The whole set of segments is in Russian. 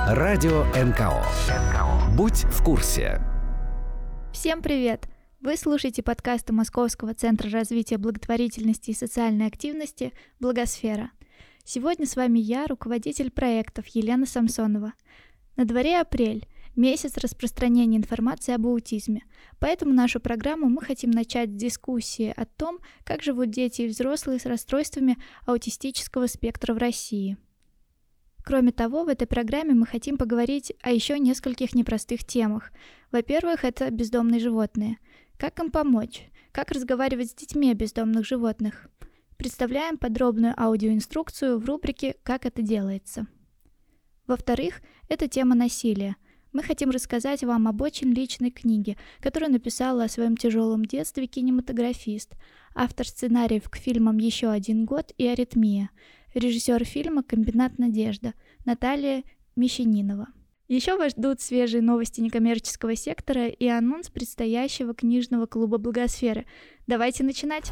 Радио НКО. Будь в курсе. Всем привет! Вы слушаете подкасты Московского центра развития благотворительности и социальной активности «Благосфера». Сегодня с вами я, руководитель проектов Елена Самсонова. На дворе апрель, месяц распространения информации об аутизме, поэтому нашу программу мы хотим начать с дискуссии о том, как живут дети и взрослые с расстройствами аутистического спектра в России. Кроме того, в этой программе мы хотим поговорить о еще нескольких непростых темах. Во-первых, это бездомные животные. Как им помочь? Как разговаривать с детьми о бездомных животных? Представляем подробную аудиоинструкцию в рубрике «Как это делается». Во-вторых, это тема насилия. Мы хотим рассказать вам об очень личной книге, которую написала о своем тяжелом детстве кинематографист, автор сценариев к фильмам «Еще один год» и «Аритмия», режиссер фильма «Комбинат Надежда» Наталья Мещанинова. Еще вас ждут свежие новости некоммерческого сектора и анонс предстоящего книжного клуба «Благосферы». Давайте начинать!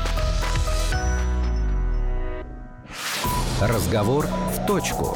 Разговор в точку.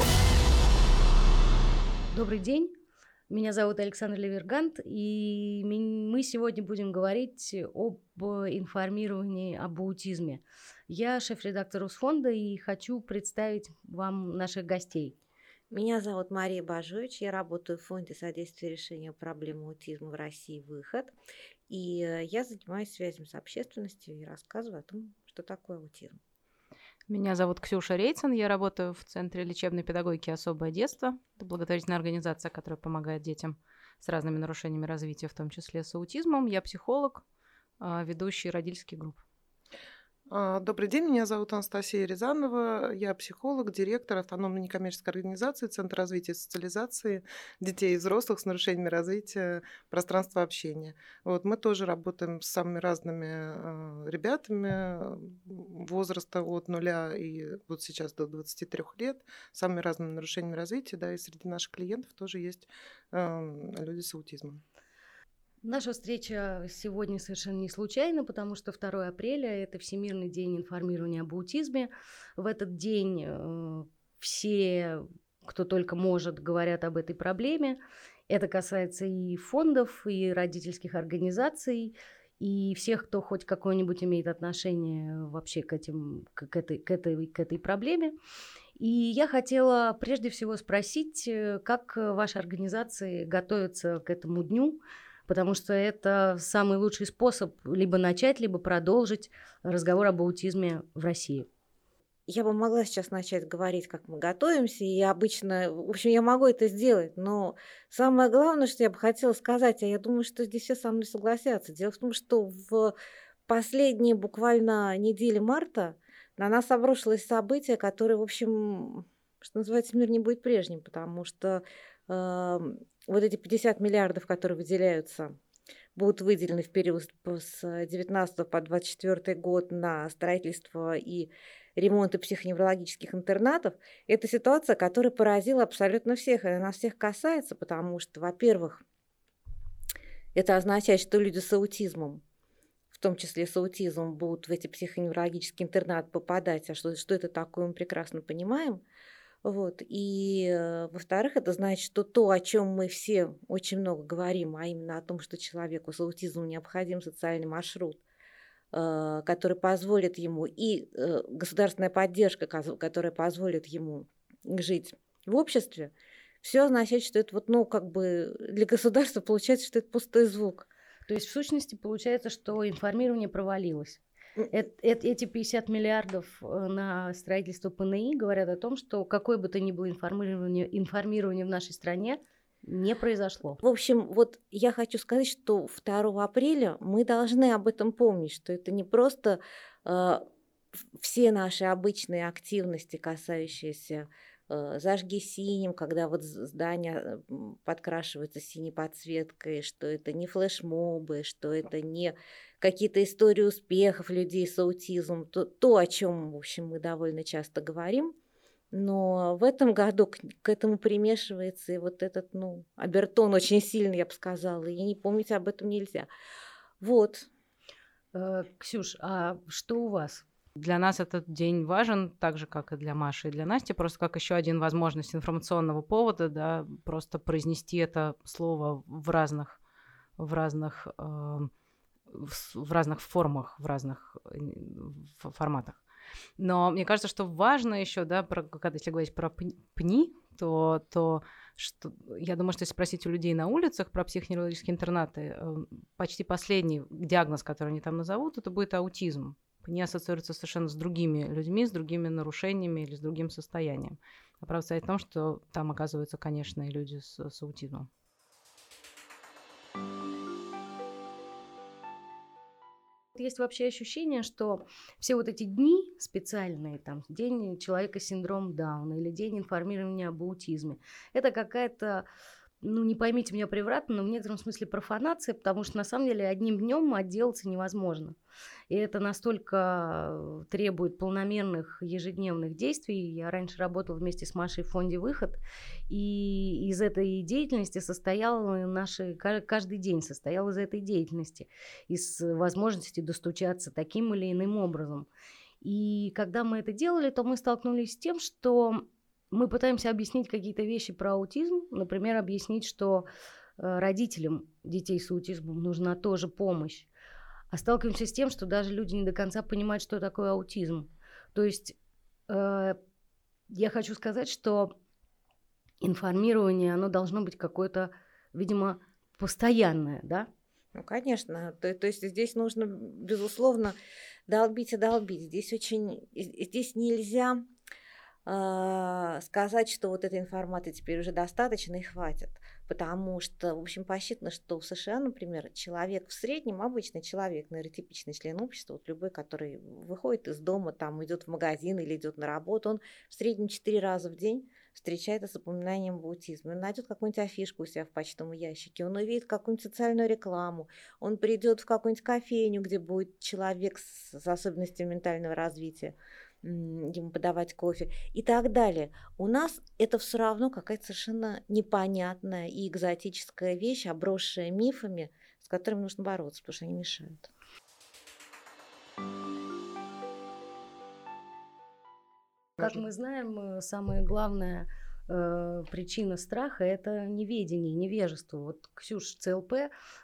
Добрый день, меня зовут Александр Левергант, и мы сегодня будем говорить об информировании об аутизме. Я шеф-редактор УСФонда и хочу представить вам наших гостей. Меня зовут Мария Бажович, я работаю в Фонде содействия решению проблем аутизма в России «Выход», и я занимаюсь связью с общественностью и рассказываю о том, что такое аутизм. Меня зовут Ксюша Рейцин, я работаю в Центре лечебной педагогики «Особое детство». Это благотворительная организация, которая помогает детям с разными нарушениями развития, в том числе с аутизмом. Я психолог, ведущий родительских групп. Добрый день, меня зовут Анастасия Рязанова, я психолог, директор автономной некоммерческой организации Центр развития и социализации детей и взрослых с нарушениями развития пространства общения. Мы тоже работаем с самыми разными ребятами возраста от 0 и вот сейчас до 23 лет, с самыми разными нарушениями развития, и среди наших клиентов тоже есть люди с аутизмом. Наша встреча сегодня совершенно не случайна, потому что 2 апреля – это Всемирный день информирования об аутизме. В этот день все, кто только может, говорят об этой проблеме. Это касается и фондов, и родительских организаций, и всех, кто хоть какое-нибудь имеет отношение вообще к этой проблеме. И я хотела прежде всего спросить, как ваши организации готовятся к этому дню, потому что это самый лучший способ либо начать, либо продолжить разговор об аутизме в России. Я бы могла сейчас начать говорить, как мы готовимся, и обычно, в общем, я могу это сделать, но самое главное, что я бы хотела сказать, а я думаю, что здесь все со мной согласятся. Дело в том, что в последние буквально недели марта на нас обрушилось событие, которое, в общем, что называется, мир не будет прежним, потому что вот эти 50 миллиардов, которые выделяются, будут выделены в период с 19 по 24 год на строительство и ремонт психоневрологических интернатов. Это ситуация, которая поразила абсолютно всех, и она нас всех касается, потому что, во-первых, это означает, что люди с аутизмом, в том числе с аутизмом, будут в эти психоневрологические интернаты попадать, а что это такое, мы прекрасно понимаем. И, во-вторых, это значит, что то, о чем мы все очень много говорим, а именно о том, что человеку с аутизмом необходим социальный маршрут, который позволит ему, и государственная поддержка, которая позволит ему жить в обществе, все означает, что это для государства получается, что это пустой звук. То есть, в сущности, получается, что информирование провалилось. Эти 50 миллиардов на строительство ПНИ говорят о том, что какое бы то ни было информирование в нашей стране не произошло. В общем, я хочу сказать, что 2 апреля мы должны об этом помнить, что это не просто все наши обычные активности, касающиеся зажги синим, когда здание подкрашивается синей подсветкой, что это не флешмобы, что это не какие-то истории успехов людей с аутизмом, то, о чем, в общем, мы довольно часто говорим. Но в этом году к этому примешивается и этот, обертон очень сильный, я бы сказала, и не помнить об этом нельзя. Ксюш, а что у вас? Для нас этот день важен, так же, как и для Маши и для Насти, просто как еще один возможность информационного повода, да, просто произнести это слово в разных формах, в разных форматах. Но мне кажется, что важно еще, да, если говорить про ПНИ, то что, я думаю, что если спросить у людей на улицах про психоневрологические интернаты, почти последний диагноз, который они там назовут, это будет аутизм. ПНИ ассоциируется совершенно с другими людьми, с другими нарушениями или с другим состоянием. А правда стоит в том, что там оказываются, конечно, и люди с аутизмом. Есть вообще ощущение, что все вот эти дни специальные, там, день человека с синдромом Дауна или день информирования об аутизме, это какая-то, не поймите меня превратно, но в некотором смысле профанация, потому что на самом деле одним днем отделаться невозможно. И это настолько требует полномерных ежедневных действий. Я раньше работала вместе с Машей в фонде «Выход», и из этой деятельности каждый день состоял из этой деятельности, из возможности достучаться таким или иным образом. И когда мы это делали, то мы столкнулись с тем, что мы пытаемся объяснить какие-то вещи про аутизм, например, объяснить, что родителям детей с аутизмом нужна тоже помощь, а сталкиваемся с тем, что даже люди не до конца понимают, что такое аутизм. То есть я хочу сказать, что информирование, оно должно быть какое-то, видимо, постоянное, да? Ну, конечно. То есть здесь нужно, безусловно, долбить и долбить. Здесь нельзя сказать, что вот этой информации теперь уже достаточно и хватит. Потому что, в общем, посчитано, что в США, например, человек в среднем, обычный человек, нейротипичный член общества, вот любой, который выходит из дома, там идет в магазин или идет на работу, он в среднем 4 раза в день встречается с упоминанием об аутизме. Он найдет какую-нибудь афишку у себя в почтовом ящике, он увидит какую-нибудь социальную рекламу, он придет в какую-нибудь кофейню, где будет человек с особенностями ментального развития, ему подавать кофе и так далее. У нас это все равно какая-то совершенно непонятная и экзотическая вещь, обросшая мифами, с которыми нужно бороться, потому что они мешают. Как мы знаем, самое главное причина страха – это неведение, невежество. Вот Ксюша ЦЛП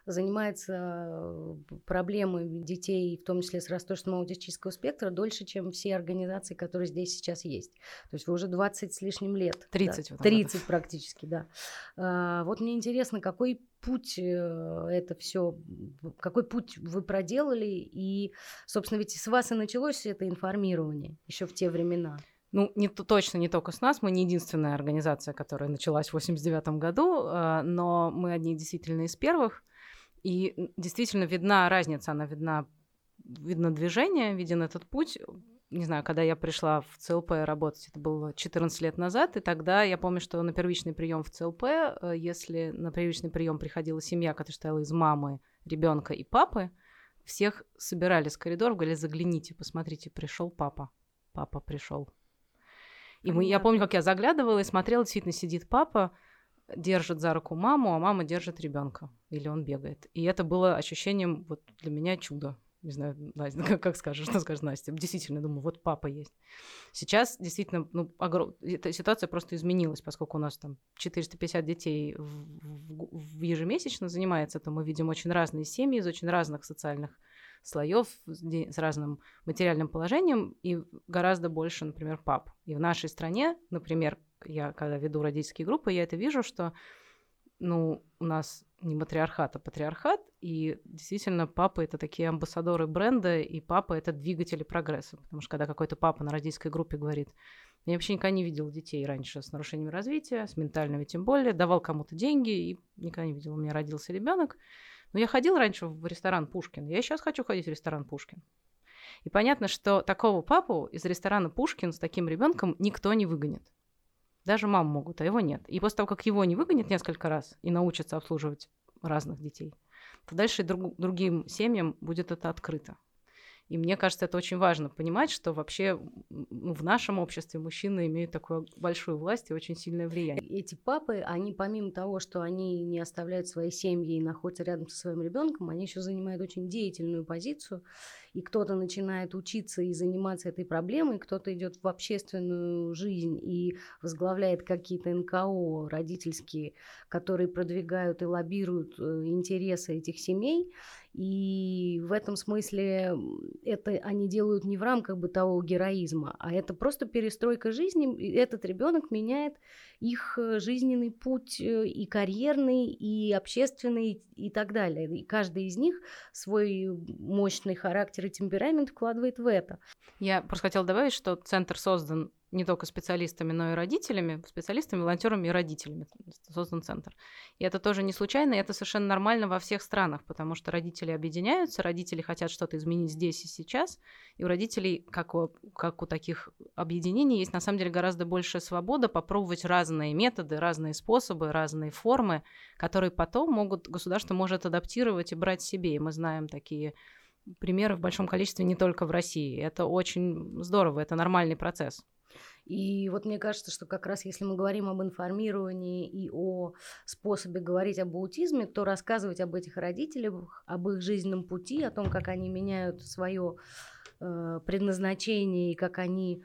занимается проблемой детей, в том числе с расстройством аутистического спектра, дольше, чем все организации, которые здесь сейчас есть. То есть вы уже 20 с лишним лет. 30. Да? 30 практически, да. Вот мне интересно, какой путь это все, какой путь вы проделали, и, собственно, ведь с вас и началось это информирование еще в те времена. Точно не только с нас, мы не единственная организация, которая началась в 1989 году, но мы одни действительно из первых, и действительно видна разница, видно движение, виден этот путь. Не знаю, когда я пришла в ЦЛП работать, это было 14 лет назад, и тогда я помню, что на первичный прием в ЦЛП, если на первичный прием приходила семья, которая состояла из мамы, ребенка и папы, всех собирали с коридора, говорили: загляните, посмотрите, пришел папа, папа пришел. И я помню, как я заглядывала и смотрела, действительно сидит папа, держит за руку маму, а мама держит ребенка, или он бегает. И это было ощущением вот для меня чудо. Не знаю, Настя, как скажешь, что скажет Настя. Действительно, думаю, вот папа есть. Сейчас действительно эта ситуация просто изменилась, поскольку у нас там 450 детей ежемесячно занимается, то мы видим очень разные семьи из очень разных социальных слоев с разным материальным положением и гораздо больше, например, пап. И в нашей стране, например, я когда веду родительские группы, я это вижу, что у нас не матриархат, а патриархат, и действительно папы — это такие амбассадоры бренда, и папа — это двигатели прогресса. Потому что когда какой-то папа на родительской группе говорит: я вообще никогда не видел детей раньше с нарушениями развития, с ментальными тем более, давал кому-то деньги, и никогда не видел, у меня родился ребенок. Но я ходил раньше в ресторан «Пушкин», я и сейчас хочу ходить в ресторан «Пушкин». И понятно, что такого папу из ресторана «Пушкин» с таким ребенком никто не выгонит. Даже маму могут, а его нет. И после того, как его не выгонят несколько раз и научатся обслуживать разных детей, то дальше другим семьям будет это открыто. И мне кажется, это очень важно понимать, что вообще в нашем обществе мужчины имеют такую большую власть и очень сильное влияние. Эти папы, они помимо того, что они не оставляют свои семьи и находятся рядом со своим ребенком, они еще занимают очень деятельную позицию и кто-то начинает учиться и заниматься этой проблемой, кто-то идет в общественную жизнь и возглавляет какие-то НКО родительские, которые продвигают и лоббируют интересы этих семей. И в этом смысле это они делают не в рамках бытового героизма, а это просто перестройка жизни. И этот ребенок меняет их жизненный путь и карьерный, и общественный, и так далее. И каждый из них свой мощный характер и темперамент вкладывает в это. Я просто хотела добавить, что центр создан не только специалистами, но и родителями, специалистами, волонтерами и родителями создан центр. И это тоже не случайно, и это совершенно нормально во всех странах, потому что родители объединяются, родители хотят что-то изменить здесь и сейчас, и у родителей, как у таких объединений, есть на самом деле гораздо большая свобода попробовать разные методы, разные способы, разные формы, которые потом государство может адаптировать и брать себе. И мы знаем такие примеры в большом количестве не только в России. Это очень здорово, это нормальный процесс. И вот мне кажется, что как раз если мы говорим об информировании и о способе говорить об аутизме, то рассказывать об этих родителях, об их жизненном пути, о том, как они меняют свое предназначение и как они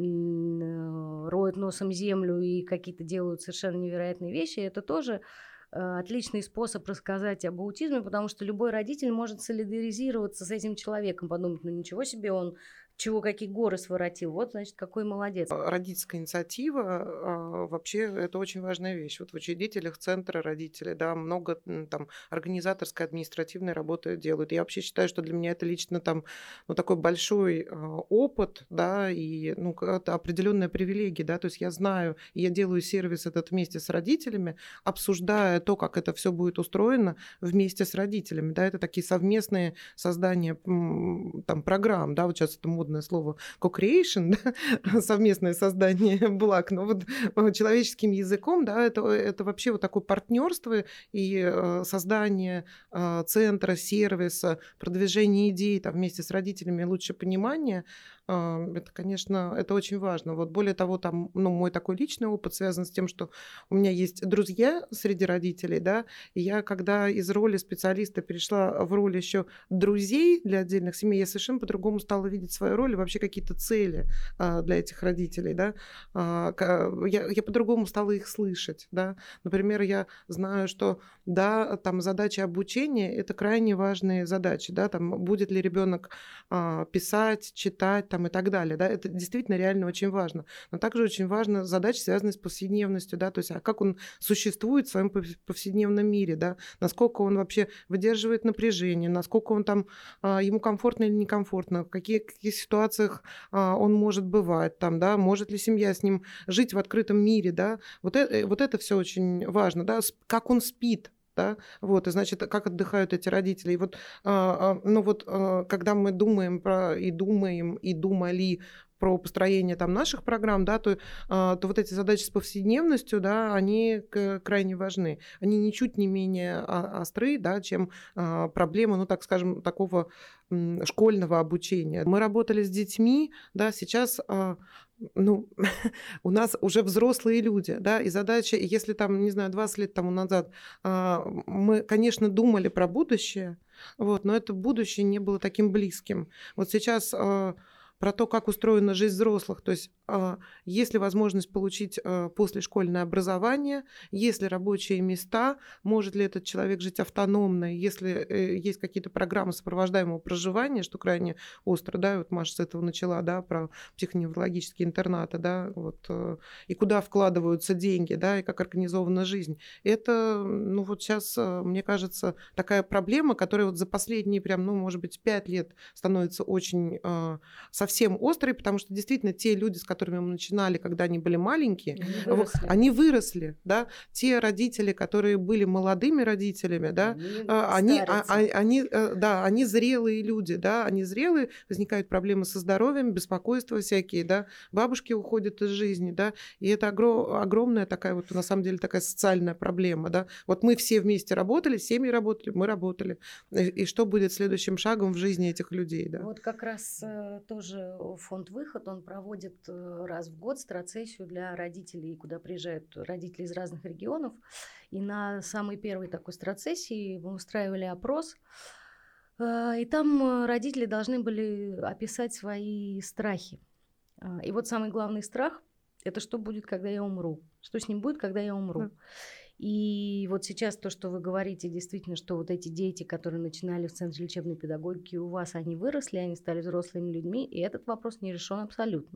роют носом землю и какие-то делают совершенно невероятные вещи, это тоже отличный способ рассказать об аутизме, потому что любой родитель может солидаризироваться с этим человеком, подумать, ну ничего себе, он какие горы своротил, вот, значит, какой молодец. Родительская инициатива вообще это очень важная вещь. Вот в учредителях центра родителей, да, много там организаторской, административной работы делают. Я вообще считаю, что для меня это лично там, ну, такой большой опыт, да, и, ну, это определенная привилегия, да, то есть я знаю, и я делаю сервис этот вместе с родителями, обсуждая то, как это все будет устроено вместе с родителями, да, это такие совместные создания там программ, да, вот сейчас это модно слово co-creation, да, совместное создание благ, но вот человеческим языком, да, это вообще вот такое партнерство и создание центра, сервиса, продвижение идей там, вместе с родителями, лучше понимание. Это, конечно, это очень важно. Вот более того, там, ну, мой такой личный опыт связан с тем, что у меня есть друзья среди родителей, да, и я, когда из роли специалиста перешла в роль еще друзей для отдельных семей, я совершенно по-другому стала видеть свою роль и вообще какие-то цели для этих родителей, да. Я по-другому стала их слышать, да. Например, я знаю, что, да, там задача обучения – это крайне важные задачи, да, там будет ли ребенок писать, читать, там, и так далее, да, это действительно реально очень важно. Но также очень важна задача, связанная с повседневностью, да, то есть как он существует в своем повседневном мире, да, насколько он вообще выдерживает напряжение, насколько он там, ему комфортно или некомфортно, в каких ситуациях он может бывать, там, да, может ли семья с ним жить в открытом мире, да, вот это все очень важно, да, как он спит. Да? Вот, и значит, как отдыхают эти родители. И вот, ну вот, когда мы думаем и думали про построение там наших программ, да, то вот эти задачи с повседневностью, да, они крайне важны. Они ничуть не менее остры, да, чем проблемы, ну, так скажем, такого школьного обучения. Мы работали с детьми, да, сейчас ну, у нас уже взрослые люди, да, и задача, если там, не знаю, 20 лет тому назад мы, конечно, думали про будущее, вот, но это будущее не было таким близким. Вот сейчас про то, как устроена жизнь взрослых, то есть есть ли возможность получить послешкольное образование, есть ли рабочие места, может ли этот человек жить автономно, если есть какие-то программы сопровождаемого проживания, что крайне остро, да, вот Маша с этого начала, да, про психоневрологические интернаты, да, вот, и куда вкладываются деньги, да, и как организована жизнь. Это, ну, вот сейчас, мне кажется, такая проблема, которая вот за последние прям, ну, может быть, 5 лет становится очень совсем острой, потому что действительно те люди, с которыми мы начинали, когда они были маленькие, они выросли, да, те родители, которые были молодыми родителями, да, они зрелые люди, да, они зрелые, возникают проблемы со здоровьем, беспокойства всякие, да, бабушки уходят из жизни, да, и это огромная такая вот, на самом деле, такая социальная проблема, да, вот мы все вместе работали, семьи работали, мы работали, и что будет следующим шагом в жизни этих людей, да. Вот как раз тоже фонд «Выход», он проводит раз в год страцессию для родителей, куда приезжают родители из разных регионов. И на самой первой такой страцессии мы устраивали опрос И там родители должны были описать свои страхи. И вот самый главный страх – это что будет, когда я умру. Что с ним будет, когда я умру. И вот сейчас то, что вы говорите, действительно, что вот эти дети, которые начинали в Центре лечебной педагогики, у вас они выросли, они стали взрослыми людьми, и этот вопрос не решен абсолютно.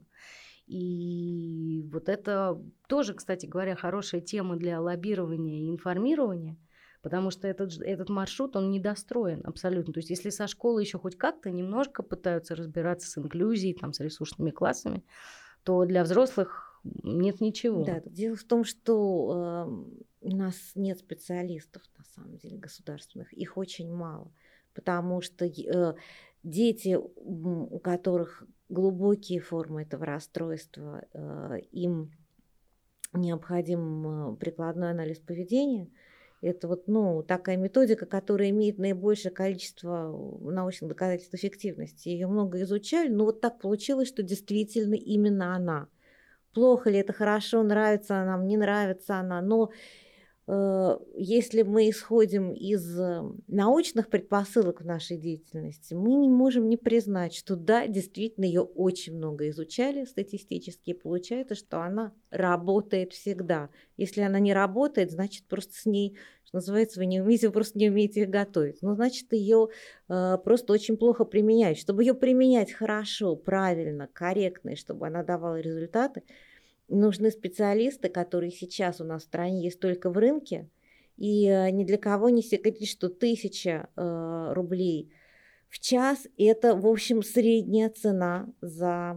И вот это тоже, кстати говоря, хорошая тема для лоббирования и информирования, потому что этот маршрут, он недостроен абсолютно. То есть если со школы еще хоть как-то немножко пытаются разбираться с инклюзией, там, с ресурсными классами, то для взрослых нет ничего. Да, дело в том, что у нас нет специалистов, на самом деле, государственных. Их очень мало, потому что дети, у которых глубокие формы этого расстройства, им необходим прикладной анализ поведения. Это вот, такая методика, которая имеет наибольшее количество научных доказательств эффективности. Ее много изучали, но вот так получилось, что действительно именно она. Плохо ли это, хорошо, нравится она нам, не нравится она, но если мы исходим из научных предпосылок в нашей деятельности, мы не можем не признать, что да, действительно ее очень много изучали статистически, и получается, что она работает всегда. Если она не работает, значит просто с ней, что называется, вы просто не умеете их готовить. Но значит ее просто очень плохо применяют. Чтобы ее применять хорошо, правильно, корректно, и чтобы она давала результаты, нужны специалисты, которые сейчас у нас в стране есть только в рынке, и ни для кого не секрет, что 1000 рублей в час – это, в общем, средняя цена за,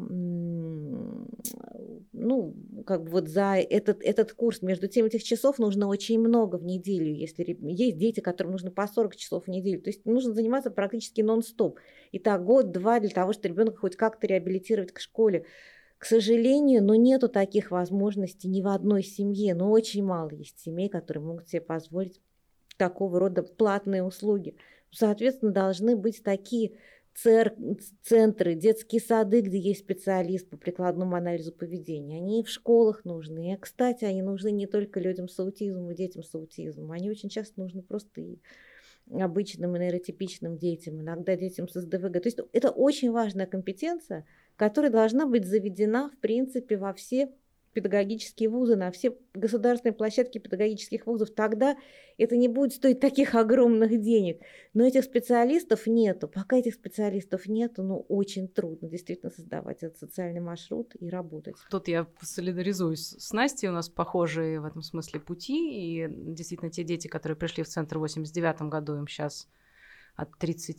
за этот курс. Между тем, этих часов нужно очень много в неделю, если есть дети, которым нужно по 40 часов в неделю. То есть нужно заниматься практически нон-стоп. И так год-два для того, чтобы ребенка хоть как-то реабилитировать к школе. К сожалению, нету таких возможностей ни в одной семье, но очень мало есть семей, которые могут себе позволить такого рода платные услуги. Соответственно, должны быть такие центры, детские сады, где есть специалист по прикладному анализу поведения. Они и в школах нужны. И, кстати, они нужны не только людям с аутизмом и детям с аутизмом. Они очень часто нужны просто и обычным и нейротипичным детям, иногда детям с СДВГ. То есть это очень важная компетенция, которая должна быть заведена, в принципе, во все педагогические вузы, на все государственные площадки педагогических вузов. Тогда это не будет стоить таких огромных денег. Но этих специалистов нету. Пока этих специалистов нету, очень трудно действительно создавать этот социальный маршрут и работать. Тут я солидаризуюсь с Настей, у нас похожие в этом смысле пути, и действительно те дети, которые пришли в центр в 1989 году, им сейчас от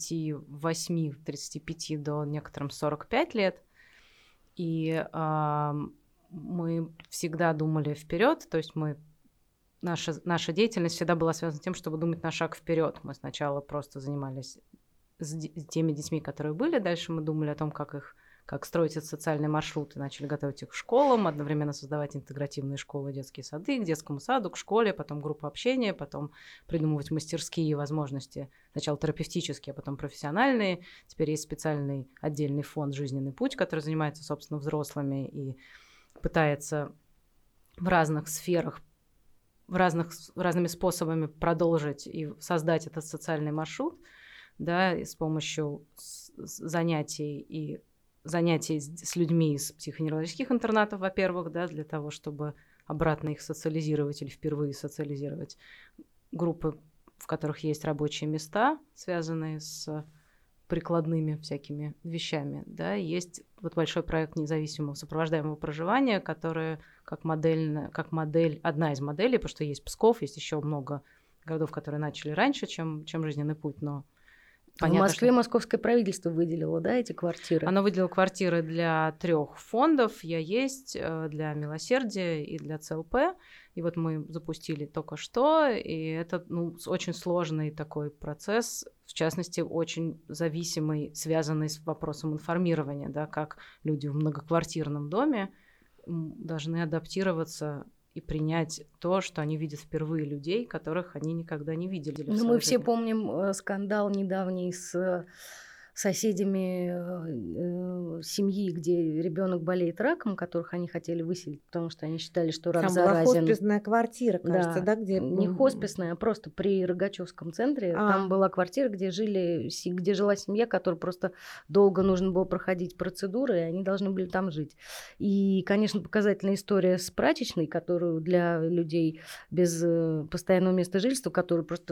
38-35 до некоторым 45 лет, и мы всегда думали вперед, то есть наша деятельность всегда была связана с тем, чтобы думать на шаг вперед. Мы сначала просто занимались теми детьми, которые были, дальше мы думали о том, как строить этот социальный маршрут, и начали готовить их к школам, одновременно создавать интегративные школы, детские сады, к детскому саду, к школе, потом группу общения, потом придумывать мастерские возможности, сначала терапевтические, а потом профессиональные. Теперь есть специальный отдельный фонд «Жизненный путь», который занимается, собственно, взрослыми и пытается в разных сферах, разными способами продолжить и создать этот социальный маршрут, да, с помощью занятий с людьми из психоневрологических интернатов, во-первых, да, для того, чтобы обратно их социализировать или впервые социализировать. Группы, в которых есть рабочие места, связанные с прикладными всякими вещами, да, есть вот большой проект независимого сопровождаемого проживания, который как модель, одна из моделей, потому что есть Псков, есть еще много городов, которые начали раньше, чем «Жизненный путь», но понятно, в Москве московское правительство выделило, да, эти квартиры? Оно выделило квартиры для 3 фондов. «Я есть», для «Милосердия» и для ЦЛП. И вот мы запустили только что, и это очень сложный такой процесс, в частности, очень зависимый, связанный с вопросом информирования, да, как люди в многоквартирном доме должны адаптироваться и принять то, что они видят впервые людей, которых они никогда не видели. Мы все помним скандал недавний с соседями семьи, где ребенок болеет раком, которых они хотели выселить, потому что они считали, что рак Там была заразен. хосписная квартира, кажется, да, где... Не хосписная, а просто при Рогачевском центре. Там была квартира, где жила семья, которой просто долго нужно было проходить процедуры, и они должны были там жить. И, конечно, показательная история с прачечной, которую для людей без постоянного места жительства, которую просто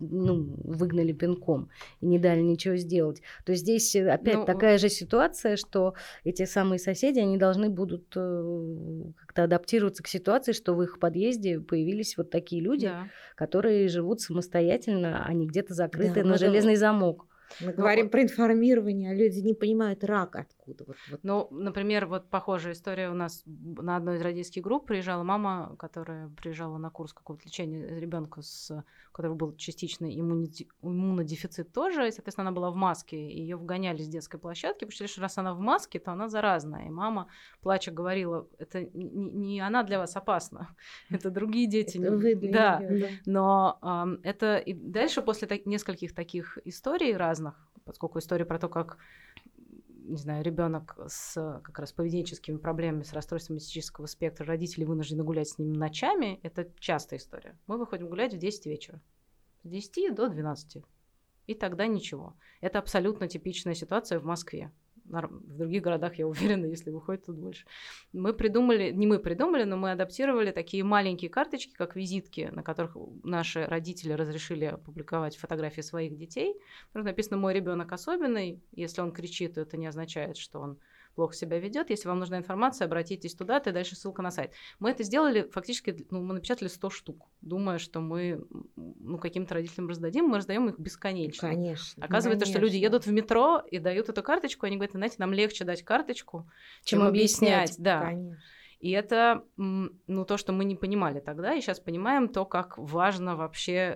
выгнали пинком и не дали ничего сделать. То есть здесь опять такая же ситуация, что эти самые соседи, они должны будут как-то адаптироваться к ситуации, что в их подъезде появились вот такие люди, которые живут самостоятельно, а не где-то закрыты на железный замок. Мы говорим про информирование, а люди не понимают рак откуда. Ну, например, вот похожая история у нас на одной из родительских групп приезжала мама, которая приезжала на курс какого-то лечения ребенка, у которого был частичный иммунодефицит тоже, и, соответственно, она была в маске, и ее вгоняли с детской площадки, потому что раз она в маске, то она заразная. И мама, плача, говорила, это не она для вас опасна, это другие дети. Да, но это и дальше после нескольких таких историй разных, поскольку история про то, как, не знаю, ребенок с как раз поведенческими проблемами, с расстройством аутистического спектра, родители вынуждены гулять с ним ночами, это частая история. Мы выходим гулять в 10 вечера, с 10 до 12, и тогда ничего. Это абсолютно типичная ситуация в Москве. В других городах, я уверена, если выходит, тут больше. Не мы придумали, но мы адаптировали такие маленькие карточки, как визитки, на которых наши родители разрешили публиковать фотографии своих детей. Там написано «Мой ребенок особенный». Если он кричит, то это не означает, что он плохо себя ведет. Если вам нужна информация, обратитесь туда-то, и дальше ссылка на сайт. Мы это сделали фактически, мы напечатали 100 штук, думая, что мы каким-то родителям раздадим, мы раздаем их бесконечно. Конечно. Оказывается, что люди едут в метро и дают эту карточку, они говорят, знаете, нам легче дать карточку, чем объяснять. Да. Конечно. И это то, что мы не понимали тогда, и сейчас понимаем то, как важно вообще,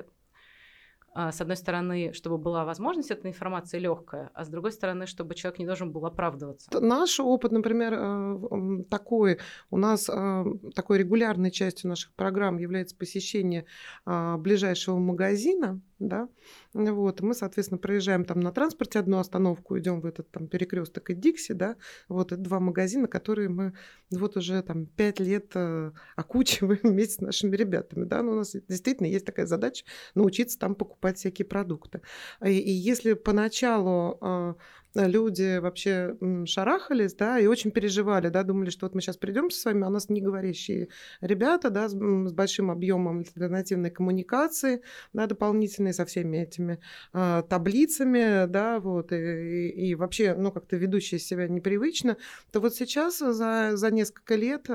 с одной стороны, чтобы была возможность этой информации легкая, а с другой стороны, чтобы человек не должен был оправдываться. Наш опыт, например, такой. У нас такой регулярной частью наших программ является посещение ближайшего магазина. Да? Вот. Мы, соответственно, проезжаем там на транспорте одну остановку, идем в этот там перекресток и Дикси, да? Вот это 2 магазина, которые мы вот уже там 5 лет окучиваем вместе с нашими ребятами. Да? Но у нас действительно есть такая задача научиться там покупать всякие продукты. И если поначалу люди вообще шарахались, да, и очень переживали, да, думали, что вот мы сейчас придем со вами, а у нас не говорящие ребята, да, с большим объемом альтернативной коммуникации, да, дополнительной со всеми этими таблицами, да, вот, и вообще, как-то ведущие себя непривычно, то вот сейчас за несколько лет,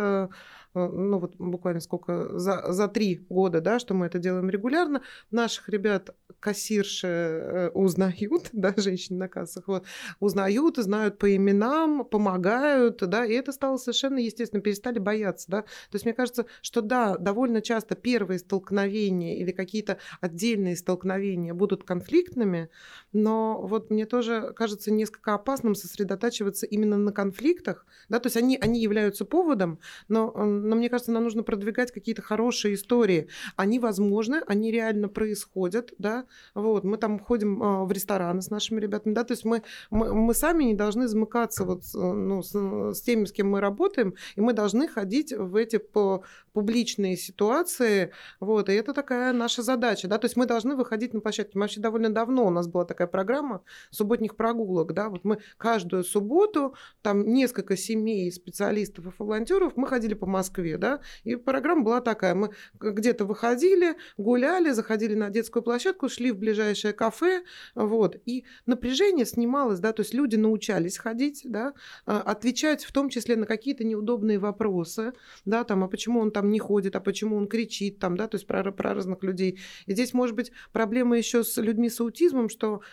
вот буквально за 3 года, да, что мы это делаем регулярно, наших ребят кассирши узнают, да, женщины на кассах, вот, узнают, знают по именам, помогают, да, и это стало совершенно естественно, перестали бояться, да. То есть мне кажется, что да, довольно часто первые столкновения или какие-то отдельные столкновения будут конфликтными, но вот мне тоже кажется несколько опасным сосредотачиваться именно на конфликтах, да, то есть они являются поводом, но мне кажется, нам нужно продвигать какие-то хорошие истории. Они возможны, они реально происходят, да, вот, мы там ходим в рестораны с нашими ребятами, да, то есть мы сами не должны замыкаться вот, с теми, с кем мы работаем, и мы должны ходить в эти публичные ситуации, вот, и это такая наша задача, да, то есть мы должны выходить на площадки. Мы вообще довольно давно, у нас была такая программа субботних прогулок, да, вот мы каждую субботу, там несколько семей, специалистов и волонтеров, мы ходили по Москве, да, и программа была такая, мы где-то выходили, гуляли, заходили на детскую площадку, шли в ближайшее кафе, вот, и напряжение снималось, да, то есть люди научались ходить, да, отвечать в том числе на какие-то неудобные вопросы, да, там, а почему он там не ходит, а почему он кричит, там, да, то есть про разных людей. И здесь может быть проблема еще с людьми с аутизмом, что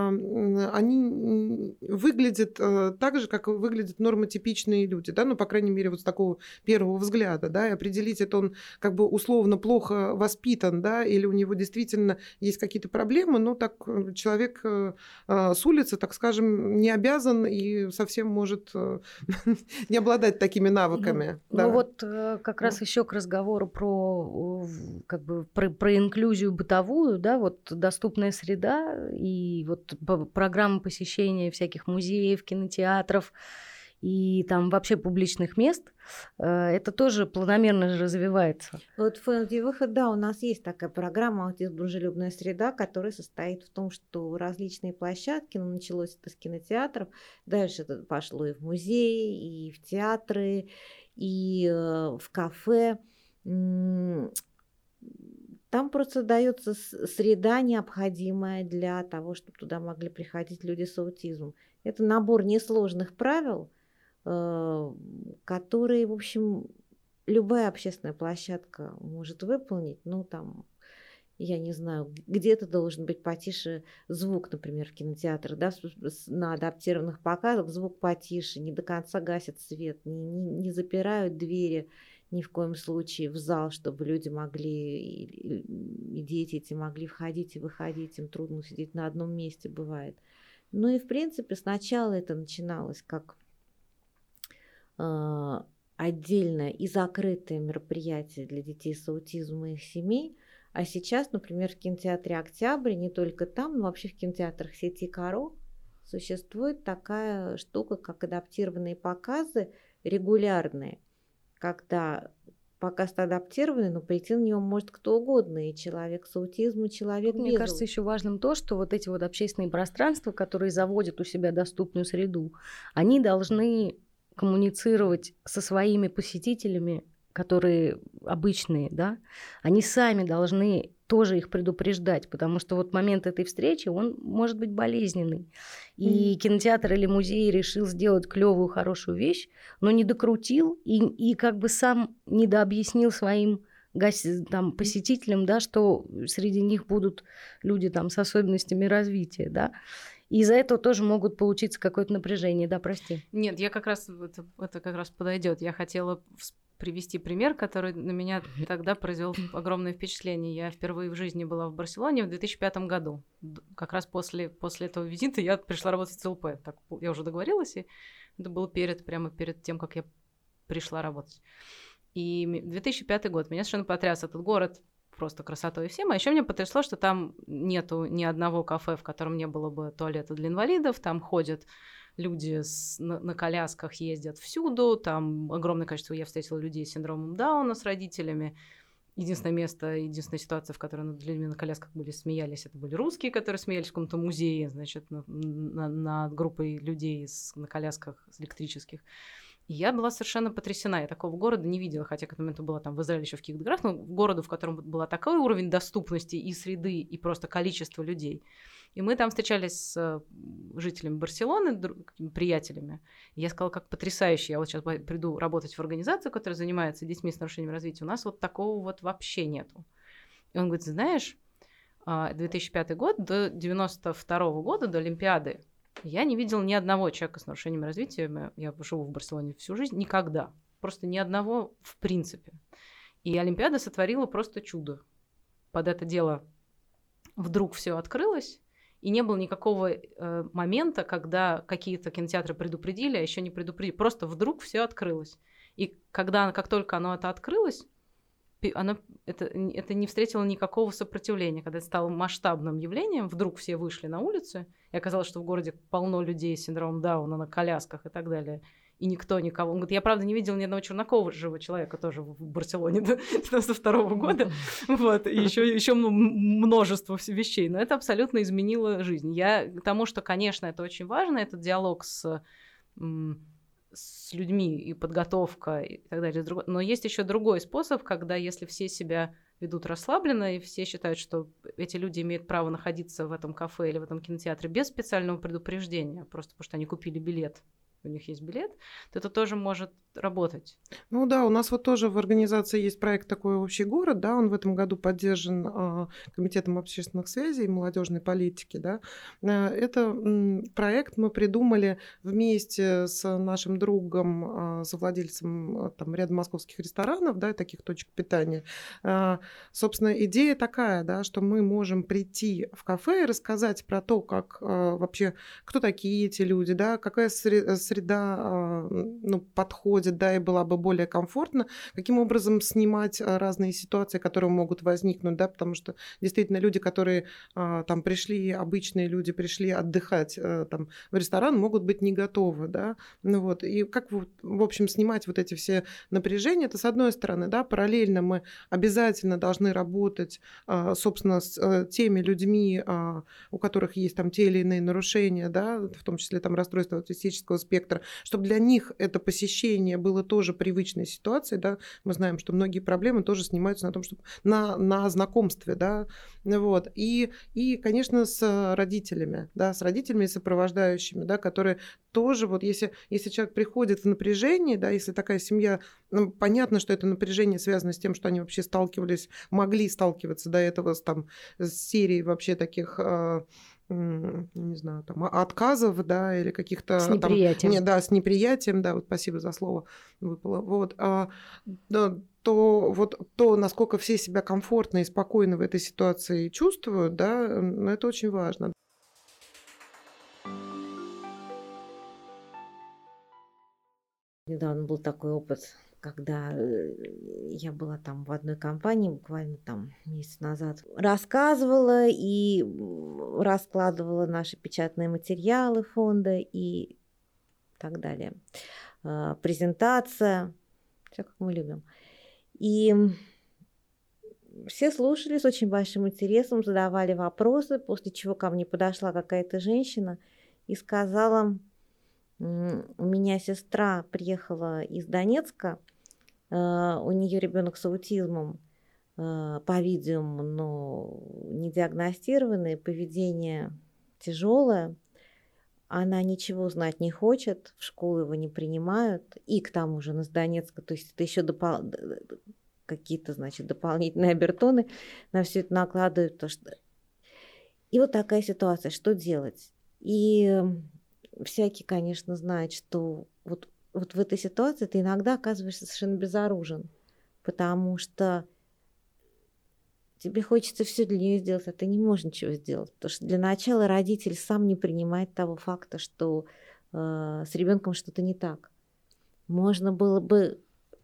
они выглядят так же, как выглядят нормотипичные люди, да, ну, по крайней мере, вот с такого первого взгляда, взгляда, да, и определить, это он как бы условно плохо воспитан, да, или у него действительно есть какие-то проблемы, но так человек с улицы, так скажем, не обязан и совсем может не обладать такими навыками. Ну вот как раз еще к разговору про инклюзию бытовую, да, вот доступная среда и вот программы посещения всяких музеев, кинотеатров и там вообще публичных мест, это тоже планомерно развивается. Вот в фонде «Выход», да, у нас есть такая программа «Аутизм. Дружелюбная среда», которая состоит в том, что различные площадки, началось это с кинотеатров, дальше это пошло и в музеи, и в театры, и в кафе. Там просто дается среда, необходимая для того, чтобы туда могли приходить люди с аутизмом. Это набор несложных правил, которые, в общем, любая общественная площадка может выполнить. Ну, там, я не знаю, где-то должен быть потише звук, например, в кинотеатрах, да, на адаптированных показах звук потише, не до конца гасят свет, не запирают двери ни в коем случае в зал, чтобы люди могли, и дети эти могли входить и выходить, им трудно сидеть на одном месте, бывает. Ну и, в принципе, сначала это начиналось как отдельное и закрытое мероприятие для детей с аутизмом и их семей, а сейчас, например, в кинотеатре «Октябрь», не только там, но вообще в кинотеатрах сети «Каро» существует такая штука, как адаптированные показы регулярные, когда показ адаптированный, но прийти на него может кто угодно, и человек с аутизмом, и человек без. Мне кажется, еще важным то, что вот эти вот общественные пространства, которые заводят у себя доступную среду, они должны коммуницировать со своими посетителями, которые обычные, да, они сами должны тоже их предупреждать, потому что вот момент этой встречи, он может быть болезненный. И кинотеатр или музей решил сделать клевую, хорошую вещь, но не докрутил и как бы сам недообъяснил своим там, посетителям, да, что среди них будут люди там, с особенностями развития, да. И из-за этого тоже могут получиться какое-то напряжение, да, прости. Нет, я как раз, это как раз подойдет. Я хотела привести пример, который на меня тогда произвел огромное впечатление. Я впервые в жизни была в Барселоне в 2005 году. Как раз после этого визита я пришла работать в ЦЛП. Так, я уже договорилась, и это было прямо перед тем, как я пришла работать. И 2005 год. Меня совершенно потряс этот город просто красотой и всем. А еще меня потрясло, что там нету ни одного кафе, в котором не было бы туалета для инвалидов. Там ходят люди на колясках, ездят всюду. Там огромное количество, я встретила людей с синдромом Дауна, с родителями. Единственная ситуация, в которой над людьми на колясках смеялись, это были русские, которые смеялись в каком-то музее, значит, над группой людей на колясках электрических. И я была совершенно потрясена. Я такого города не видела, хотя к этому моменту была там в Израиле еще в Киевград, но городу, в котором был такой уровень доступности и среды, и просто количество людей. И мы там встречались с жителями Барселоны, приятелями. И я сказала, как потрясающе. Я вот сейчас приду работать в организацию, которая занимается детьми с нарушением развития. У нас вот такого вот вообще нету. И он говорит, знаешь, 2005 год, до 92 года, до Олимпиады, я не видела ни одного человека с нарушением развития. Я живу в Барселоне всю жизнь. Никогда. Просто ни одного в принципе. И Олимпиада сотворила просто чудо. Под это дело вдруг все открылось. И не было никакого момента, когда какие-то кинотеатры предупредили, а еще не предупредили. Просто вдруг все открылось. И как только оно это открылось, это не встретило никакого сопротивления. Когда это стало масштабным явлением, вдруг все вышли на улицы, и оказалось, что в городе полно людей с синдромом Дауна на колясках и так далее. И никто никого. Он говорит, я, правда, не видела ни одного чернокожего человека тоже в Барселоне до 92 года. Вот. И еще множество вещей. Но это абсолютно изменило жизнь. Я к тому, что, конечно, это очень важно, этот диалог с людьми и подготовка и так далее. Но есть еще другой способ, когда если все себя ведут расслабленно, и все считают, что эти люди имеют право находиться в этом кафе или в этом кинотеатре без специального предупреждения, просто потому что они купили билет у них есть билет, то это тоже может работать. Ну да, у нас вот тоже в организации есть проект такой «Общий город», да, он в этом году поддержан Комитетом общественных связей и молодежной политики, да. Это проект мы придумали вместе с нашим другом, совладельцем там ряда московских ресторанов, да, таких точек питания. Собственно, идея такая, да, что мы можем прийти в кафе и рассказать про то, как вообще, кто такие эти люди, да, какая среда подходит, да, и была бы более комфортна, каким образом снимать разные ситуации, которые могут возникнуть, да, потому что действительно люди, которые там пришли, обычные люди пришли отдыхать там в ресторан, могут быть не готовы, да, вот, и как, в общем, снимать вот эти все напряжения, это с одной стороны, да, параллельно мы обязательно должны работать, собственно, с теми людьми, у которых есть там те или иные нарушения, да, в том числе там расстройство аутистического спектра, чтобы для них это посещение было тоже привычной ситуацией, да, мы знаем, что многие проблемы тоже снимаются на том, чтобы на знакомстве, да, вот, и, конечно, с родителями, да, с родителями и сопровождающими, да, которые тоже, вот, если человек приходит в напряжение, да, если такая семья, понятно, что это напряжение связано с тем, что они вообще могли сталкиваться до этого с серией вообще таких не знаю, там, отказов, да, или каких-то... С неприятием. С неприятием, да, вот спасибо за слово выпало. Вот, то, насколько все себя комфортно и спокойно в этой ситуации чувствуют, да, это очень важно. Недавно был такой опыт, когда я была там в одной компании, буквально там месяц назад, рассказывала и раскладывала наши печатные материалы фонда и так далее. Презентация, все как мы любим. И все слушали с очень большим интересом, задавали вопросы, после чего ко мне подошла какая-то женщина и сказала: у меня сестра приехала из Донецка, у нее ребенок с аутизмом, по-видимому, но не диагностированный, поведение тяжелое, она ничего знать не хочет, в школу его не принимают, и к тому же из Донецка, то есть это еще какие-то, значит, дополнительные обертоны на все это накладывают. И вот такая ситуация, что делать? И всякий, конечно, знает, что вот в этой ситуации ты иногда оказываешься совершенно безоружен, потому что тебе хочется все для нее сделать, а ты не можешь ничего сделать. Потому что для начала родитель сам не принимает того факта, что с ребенком что-то не так. Можно было бы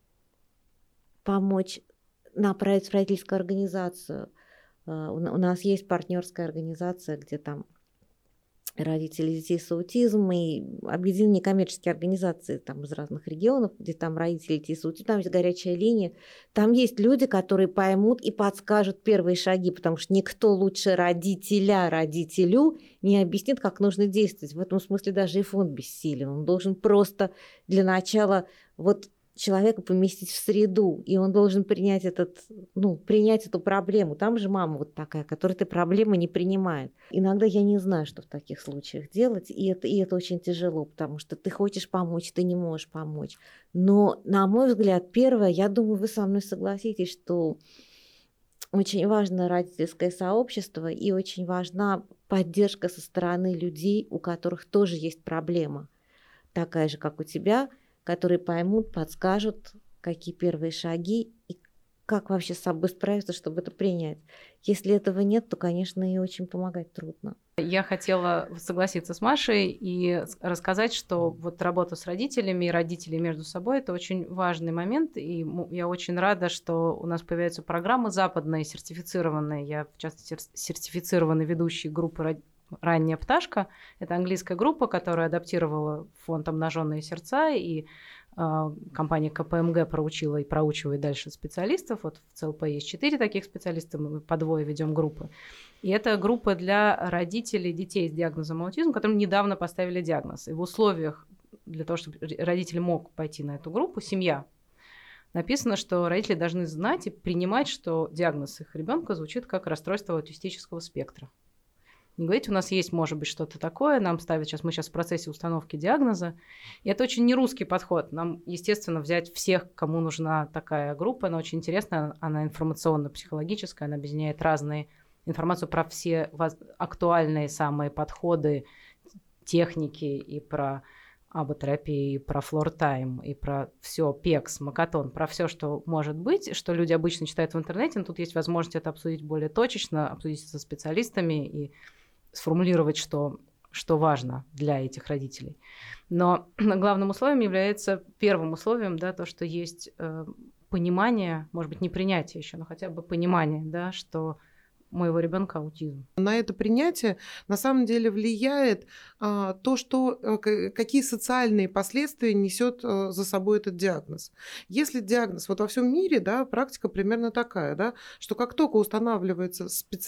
помочь направить в родительскую организацию. У нас есть партнерская организация, где там родители детей с аутизмом и объединенные некоммерческие организации там из разных регионов, где там родители детей с аутизмом, там есть горячая линия, там есть люди, которые поймут и подскажут первые шаги, потому что никто лучше родителю не объяснит, как нужно действовать. В этом смысле даже и фонд бессилен. Он должен просто для начала человека поместить в среду, и он должен принять эту проблему. Там же мама вот такая, которая эти проблемы не принимает. Иногда я не знаю, что в таких случаях делать, и это очень тяжело, потому что ты хочешь помочь, ты не можешь помочь. Но, на мой взгляд, первое, я думаю, вы со мной согласитесь, что очень важно родительское сообщество и очень важна поддержка со стороны людей, у которых тоже есть проблема, такая же, как у тебя, которые поймут, подскажут, какие первые шаги и как вообще с собой справиться, чтобы это принять. Если этого нет, то, конечно, и очень помогать трудно. Я хотела согласиться с Машей и рассказать, что вот работа с родителями и родители между собой – это очень важный момент, и я очень рада, что у нас появляются программы западные, сертифицированные. Я, в частности, сертифицированный ведущий группы «Ранняя пташка». Это английская группа, которая адаптировала фонд «Обнаженные сердца», и компания КПМГ проучила и проучивает дальше специалистов. Вот в ЦЛП есть 4 таких специалиста, мы по 2 ведем группы. И это группа для родителей детей с диагнозом аутизм, которым недавно поставили диагноз. И в условиях для того, чтобы родитель мог пойти на эту группу, семья, написано, что родители должны знать и принимать, что диагноз их ребенка звучит как расстройство аутистического спектра. Не говорить, у нас есть, может быть, что-то такое, нам ставят сейчас, мы сейчас в процессе установки диагноза. И это очень нерусский подход. Нам, естественно, взять всех, кому нужна такая группа, она очень интересная, она информационно-психологическая, она объединяет разные информацию про все актуальные самые подходы, техники и про аботерапию, и про флор-тайм, и про все, ПЕКС, Макатон, про все, что может быть, что люди обычно читают в интернете, но тут есть возможность это обсудить более точечно, обсудить со специалистами и сформулировать, что важно для этих родителей. Но главным условием является, первым условием, да, то, что есть понимание, может быть, не принятие еще, но хотя бы понимание, да, что у моего ребенка аутизм. На это принятие на самом деле влияет то, какие социальные последствия несет за собой этот диагноз. Если диагноз, вот во всем мире, да, практика примерно такая, да, что как только устанавливаются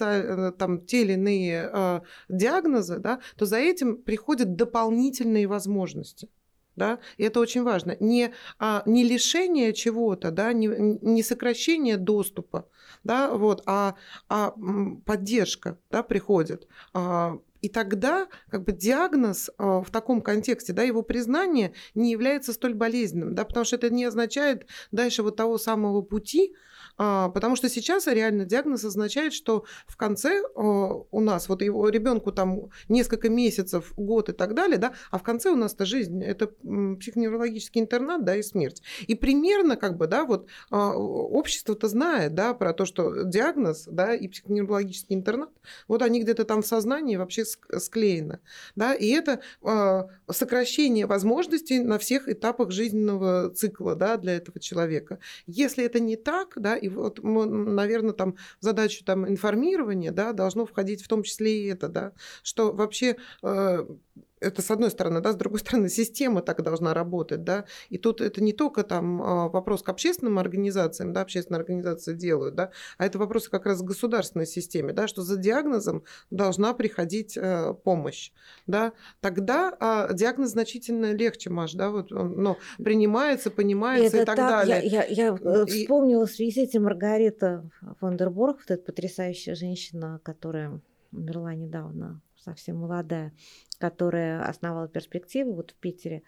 те или иные диагнозы, да, то за этим приходят дополнительные возможности. Да? И это очень важно. Не лишение чего-то, да? не сокращение доступа, да? Вот, а поддержка, да, приходит. И тогда как бы диагноз в таком контексте, да, его признание не является столь болезненным, да, потому что это не означает дальше вот того самого пути, потому что сейчас реально диагноз означает, что в конце у нас вот его ребенку там несколько месяцев, год и так далее, да, а в конце у нас-то жизнь, это психоневрологический интернат, да, и смерть. И примерно как бы, да, вот общество-то знает, да, про то, что диагноз, да, и психоневрологический интернат, вот они где-то там в сознании вообще склеены, да, и это сокращение возможностей на всех этапах жизненного цикла, да, для этого человека. Если это не так, да, и вот, наверное, там в задачу там информирования, да, должно входить в том числе и это, да, что вообще это с одной стороны, да, с другой стороны, система так должна работать, да, и тут это не только там вопрос к общественным организациям, да, общественные организации делают, да, а это вопрос как раз к государственной системе, да, что за диагнозом должна приходить помощь, да, тогда диагноз значительно легче, Маш, да, вот, но принимается, понимается это и так далее. Я вспомнила в связи с этим Маргарита фон дер Борх, вот эта потрясающая женщина, которая умерла недавно, совсем молодая, которая основала перспективу вот в Питере.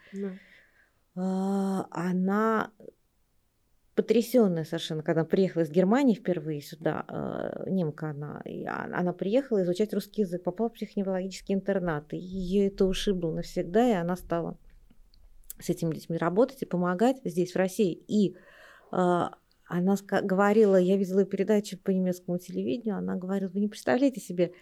Да. Она потрясённая совершенно, когда приехала из Германии впервые сюда, немка она приехала изучать русский язык, попала в психоневрологический интернат, и её это ушибло навсегда, и она стала с этими детьми работать и помогать здесь, в России. И она говорила, я видела передачу по немецкому телевидению, она говорила, вы не представляете себе,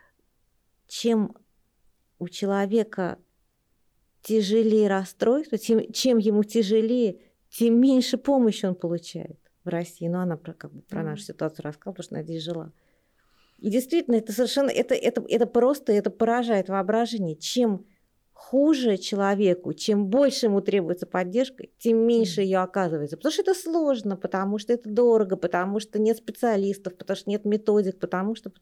чем у человека тяжелее расстройство, чем ему тяжелее, тем меньше помощи он получает в России. Но она про нашу ситуацию рассказала, потому что она здесь жила. И действительно, это совершенно, это поражает воображение. Чем хуже человеку, чем больше ему требуется поддержка, тем меньше ее оказывается. Потому что это сложно, потому что это дорого, потому что нет специалистов, потому что нет методик, потому что.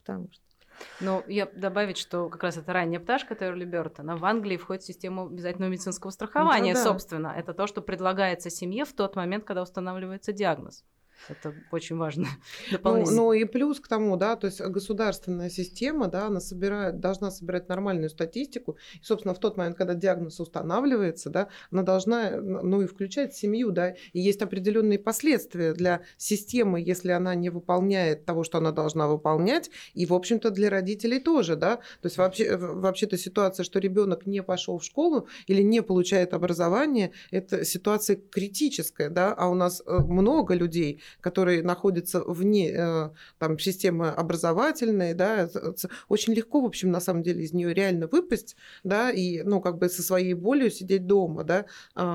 Но я добавить, что как раз эта ранняя пташка Early Bird, она в Англии входит в систему обязательного медицинского страхования, да. Собственно. Это то, что предлагается семье в тот момент, когда устанавливается диагноз. Это очень важно. Ну и плюс к тому, да, то есть государственная система, да, она должна собирать нормальную статистику. И, собственно, в тот момент, когда диагноз устанавливается, да, она должна, ну и включать семью, да, и есть определенные последствия для системы, если она не выполняет того, что она должна выполнять, и, в общем-то, для родителей тоже, да. То есть вообще-то ситуация, что ребенок не пошел в школу или не получает образование, это ситуация критическая, да, а у нас много людей, которые находятся вне там, системы образовательной, да, очень легко, в общем, на самом деле из нее реально выпасть, да, и, ну, как бы со своей болью сидеть дома, да,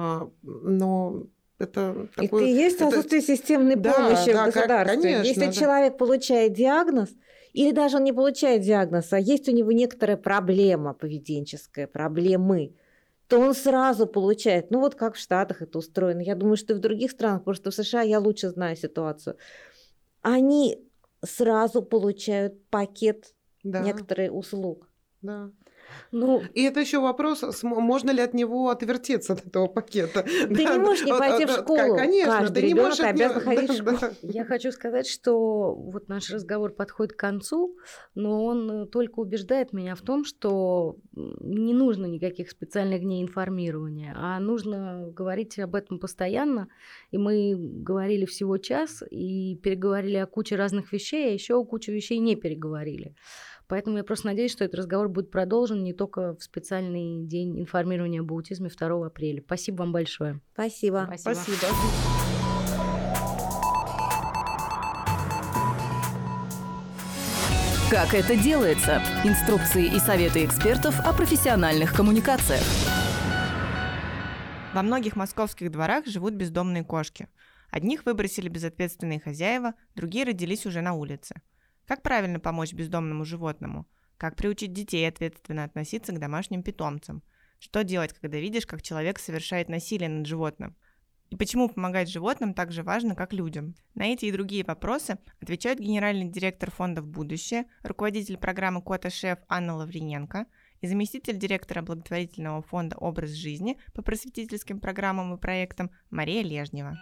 но это такое... Это и есть отсутствие системной помощи в государстве. Конечно, если человек получает диагноз, или даже он не получает диагноз, а есть у него некоторая проблема поведенческая, проблемы, то он сразу получает, ну вот как в Штатах это устроено. Я думаю, что и в других странах, потому что в США я лучше знаю ситуацию. Они сразу получают пакет некоторых услуг. Да. Ну, И это еще вопрос, можно ли от него отвертеться, от этого пакета. Ты не можешь не пойти в школу. Конечно, Каждый ты не ребенок можешь от обязан него- ходить в школу. я хочу сказать, что вот наш разговор подходит к концу, но он только убеждает меня в том, что не нужно никаких специальных дней информирования, а нужно говорить об этом постоянно. И мы говорили всего час и переговорили о куче разных вещей, а еще кучу вещей не переговорили. Поэтому я просто надеюсь, что этот разговор будет продолжен не только в специальный день информирования об аутизме 2 апреля. Спасибо вам большое. Спасибо. Спасибо. Как это делается? Инструкции и советы экспертов о профессиональных коммуникациях. Во многих московских дворах живут бездомные кошки. Одних выбросили безответственные хозяева, другие родились уже на улице. Как правильно помочь бездомному животному? Как приучить детей ответственно относиться к домашним питомцам? Что делать, когда видишь, как человек совершает насилие над животным? И почему помогать животным так же важно, как людям? На эти и другие вопросы отвечают генеральный директор фонда «В будущее», руководитель программы «Кот и шеф» Анна Лавриненко и заместитель директора благотворительного фонда «Образ жизни» по просветительским программам и проектам Мария Лежнева.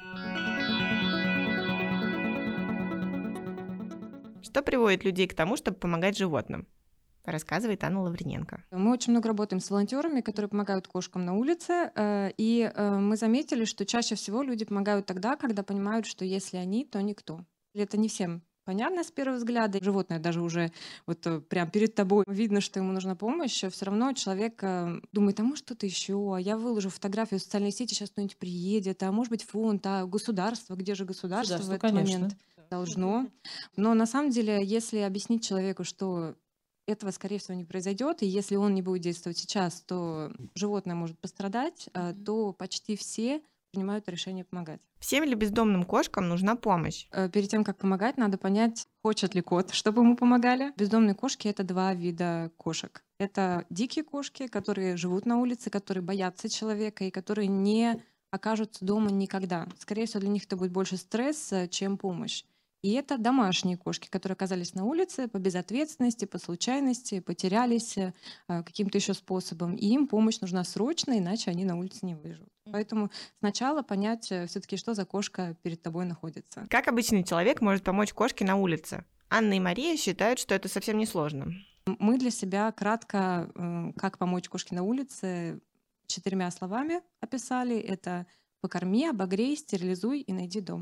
Что приводит людей к тому, чтобы помогать животным? Рассказывает Анна Лавриненко. Мы очень много работаем с волонтерами, которые помогают кошкам на улице, и мы заметили, что чаще всего люди помогают тогда, когда понимают, что если они, то никто. Это не всем понятно с первого взгляда. Животное даже уже вот прям перед тобой видно, что ему нужна помощь. Все равно человек думает, а может что-то еще, а я выложу фотографию в социальные сети, сейчас кто-нибудь приедет, а может быть фонд, а государство, где же государство в этот момент должно. Но на самом деле, если объяснить человеку, что этого, скорее всего, не произойдет, и если он не будет действовать сейчас, то животное может пострадать, то почти все принимают решение помогать. Всем ли бездомным кошкам нужна помощь? Перед тем, как помогать, надо понять, хочет ли кот, чтобы ему помогали. Бездомные кошки — это 2 вида кошек. Это дикие кошки, которые живут на улице, которые боятся человека и которые не окажутся дома никогда. Скорее всего, для них это будет больше стресс, чем помощь. И это домашние кошки, которые оказались на улице по безответственности, по случайности, потерялись каким-то еще способом. И им помощь нужна срочно, иначе они на улице не выживут. Поэтому сначала понять все-таки, что за кошка перед тобой находится. Как обычный человек может помочь кошке на улице? Анна и Мария считают, что это совсем несложно. Мы для себя кратко, как помочь кошке на улице, 4 словами описали. Это покорми, обогрей, стерилизуй и найди дом.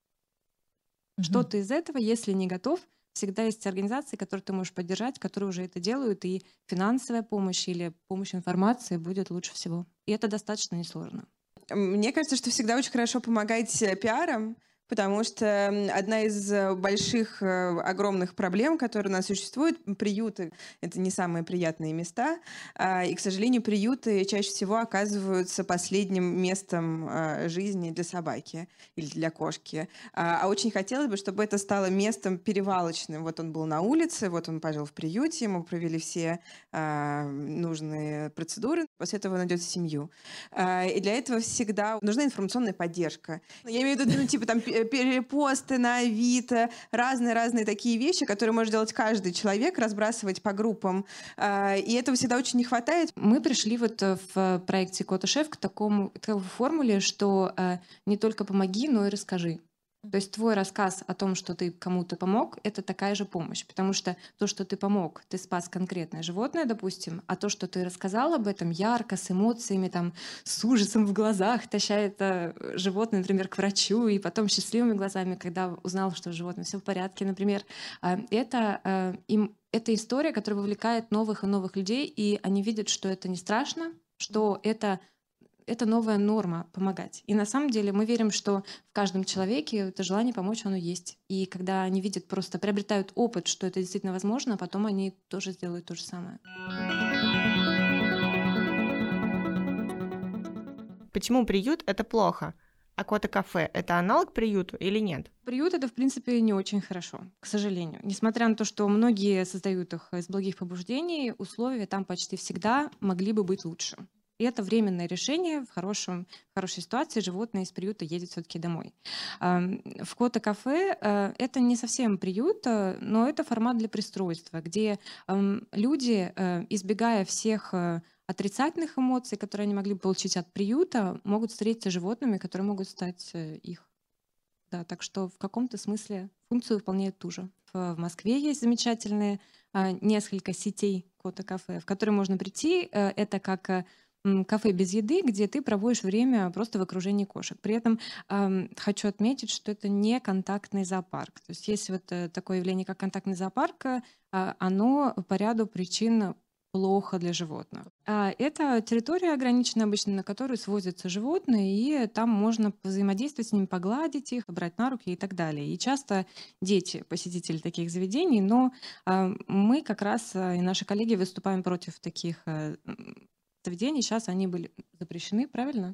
Что-то из этого, если не готов, всегда есть организации, которые ты можешь поддержать, которые уже это делают, и финансовая помощь или помощь информации будет лучше всего. И это достаточно несложно. Мне кажется, что всегда очень хорошо помогать пиаром, потому что одна из больших, огромных проблем, которые у нас существуют, приюты — это не самые приятные места, и, к сожалению, приюты чаще всего оказываются последним местом жизни для собаки или для кошки. А очень хотелось бы, чтобы это стало местом перевалочным. Вот он был на улице, вот он пожил в приюте, ему провели все нужные процедуры, после этого он найдет семью. И для этого всегда нужна информационная поддержка. Я имею в виду, типа там перепосты на Авито, разные такие вещи, которые может делать каждый человек, разбрасывать по группам. И этого всегда очень не хватает. Мы пришли вот в проекте «Кот и шеф» к такой формуле, что не только помоги, но и расскажи. То есть твой рассказ о том, что ты кому-то помог, это такая же помощь. Потому что то, что ты помог, ты спас конкретное животное, допустим, а то, что ты рассказал об этом ярко, с эмоциями, там, с ужасом в глазах, таща это животное, например, к врачу, и потом счастливыми глазами, когда узнал, что с животным все в порядке, например, это история, которая вовлекает новых и новых людей, и они видят, что это не страшно, что это новая норма — помогать. И на самом деле мы верим, что в каждом человеке это желание помочь, оно есть. И когда они видят, просто приобретают опыт, что это действительно возможно, а потом они тоже сделают то же самое. Почему приют — это плохо? А кот и кафе — это аналог приюту или нет? Приют — это, в принципе, не очень хорошо, к сожалению. Несмотря на то, что многие создают их из благих побуждений, условия там почти всегда могли бы быть лучше. И это временное решение. В хорошей ситуации животное из приюта едет все-таки домой. В кота-кафе это не совсем приют, но это формат для пристройства, где люди, избегая всех отрицательных эмоций, которые они могли бы получить от приюта, могут встретиться с животными, которые могут стать их. Да, так что в каком-то смысле функцию выполняет ту же. В Москве есть замечательные несколько сетей кота-кафе, в которые можно прийти. Это как кафе без еды, где ты проводишь время просто в окружении кошек. При этом хочу отметить, что это не контактный зоопарк. То есть есть вот такое явление, как контактный зоопарк, оно по ряду причин плохо для животных. Это территория ограниченная обычно, на которую свозятся животные, и там можно взаимодействовать с ними, погладить их, брать на руки и так далее. И часто дети посетители таких заведений, но мы как раз и наши коллеги выступаем против таких заведений. Сейчас они были запрещены, правильно?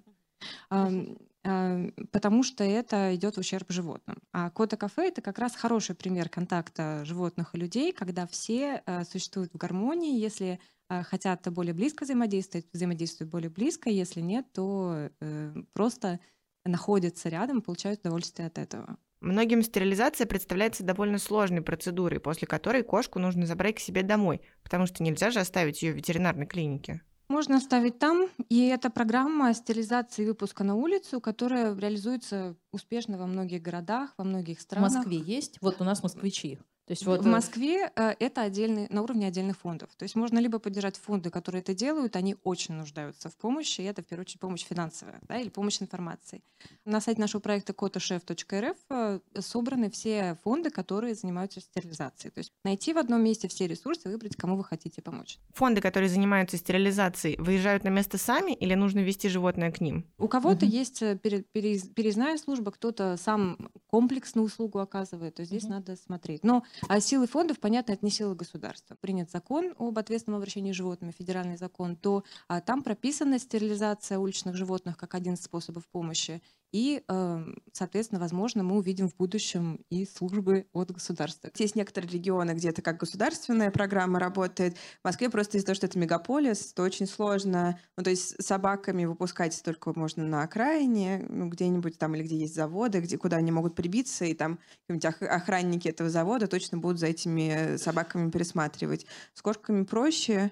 Потому что это идет в ущерб животным. А кота-кафе — это как раз хороший пример контакта животных и людей, когда все существуют в гармонии. Если хотят более близко взаимодействуют более близко. Если нет, то просто находятся рядом и получают удовольствие от этого. Многим стерилизация представляется довольно сложной процедурой, после которой кошку нужно забрать к себе домой, потому что нельзя же оставить ее в ветеринарной клинике. Можно оставить там, и это программа стерилизации и выпуска на улицу, которая реализуется успешно во многих городах, во многих В странах. Москве есть? Вот у нас москвичи. То есть вот В Москве это отдельный, на уровне отдельных фондов. То есть можно либо поддержать фонды, которые это делают, они очень нуждаются в помощи, и это в первую очередь помощь финансовая, да, или помощь информацией. На сайте нашего проекта kotashef.rf собраны все фонды, которые занимаются стерилизацией. То есть найти в одном месте все ресурсы, выбрать, кому вы хотите помочь. Фонды, которые занимаются стерилизацией, выезжают на место сами или нужно вести животное к ним? У кого-то есть переездная служба, кто-то сам комплексную услугу оказывает, то здесь надо смотреть. Но силы фондов, понятно, это не силы государства. Принят закон об ответственном обращении с животными, федеральный закон, то там прописана стерилизация уличных животных как один из способов помощи. И, соответственно, возможно, мы увидим в будущем и службы от государства. Есть некоторые регионы, где это как государственная программа работает. В Москве просто из-за того, что это мегаполис, то очень сложно. Ну, то есть собаками выпускать только можно на окраине, ну, где-нибудь там, или где есть заводы, куда они могут прибиться, и там какие-нибудь охранники этого завода точно будут за этими собаками присматривать. С кошками проще.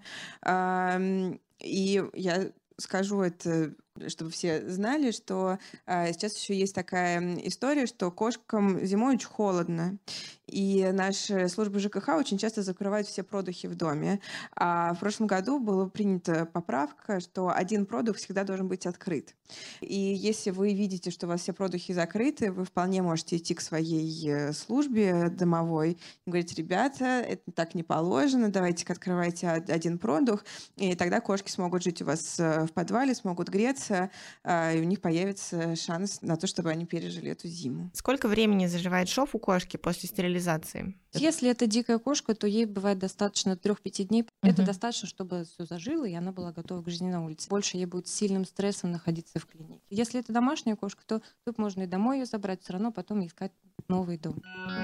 И я скажу это, чтобы все знали, что сейчас еще есть такая история, что кошкам зимой очень холодно. И наши службы ЖКХ очень часто закрывают все продухи в доме. А в прошлом году была принята поправка, что один продух всегда должен быть открыт. И если вы видите, что у вас все продухи закрыты, вы вполне можете идти к своей службе домовой и говорить: ребята, это так не положено, давайте-ка открывайте один продух, и тогда кошки смогут жить у вас в подвале, смогут греться, и у них появится шанс на то, чтобы они пережили эту зиму. Сколько времени заживает шов у кошки после стерилизации? Если это дикая кошка, то ей бывает достаточно 3-5 дней. Это достаточно, чтобы все зажило, и она была готова к жизни на улице. Больше ей будет сильным стрессом находиться в клинике. Если это домашняя кошка, то тут можно и домой ее забрать, все равно потом искать новый дом.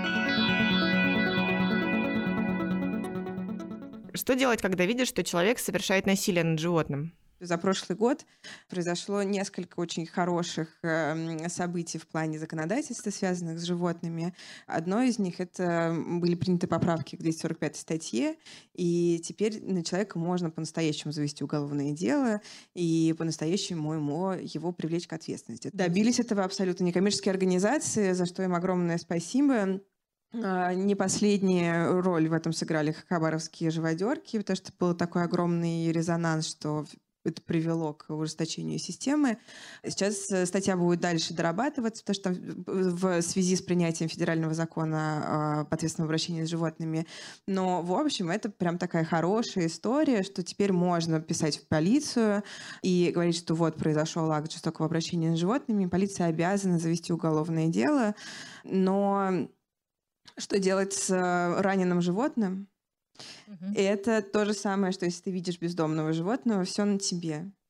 Что делать, когда видишь, что человек совершает насилие над животным? За прошлый год произошло несколько очень хороших событий в плане законодательства, связанных с животными. Одно из них — это были приняты поправки к 245 статье, и теперь на человека можно по-настоящему завести уголовное дело и по-настоящему его привлечь к ответственности. Добились этого абсолютно некоммерческие организации, за что им огромное спасибо. Не последнюю роль в этом сыграли хабаровские живодерки, потому что был такой огромный резонанс, что это привело к ужесточению системы. Сейчас статья будет дальше дорабатываться, потому что в связи с принятием федерального закона об ответственном обращении с животными. Но, в общем, это прям такая хорошая история, что теперь можно писать в полицию и говорить, что вот произошел акт жестокого обращения с животными, полиция обязана завести уголовное дело. Но что делать с раненым животным? Это то же самое, что если ты видишь бездомного животного, все на тебе.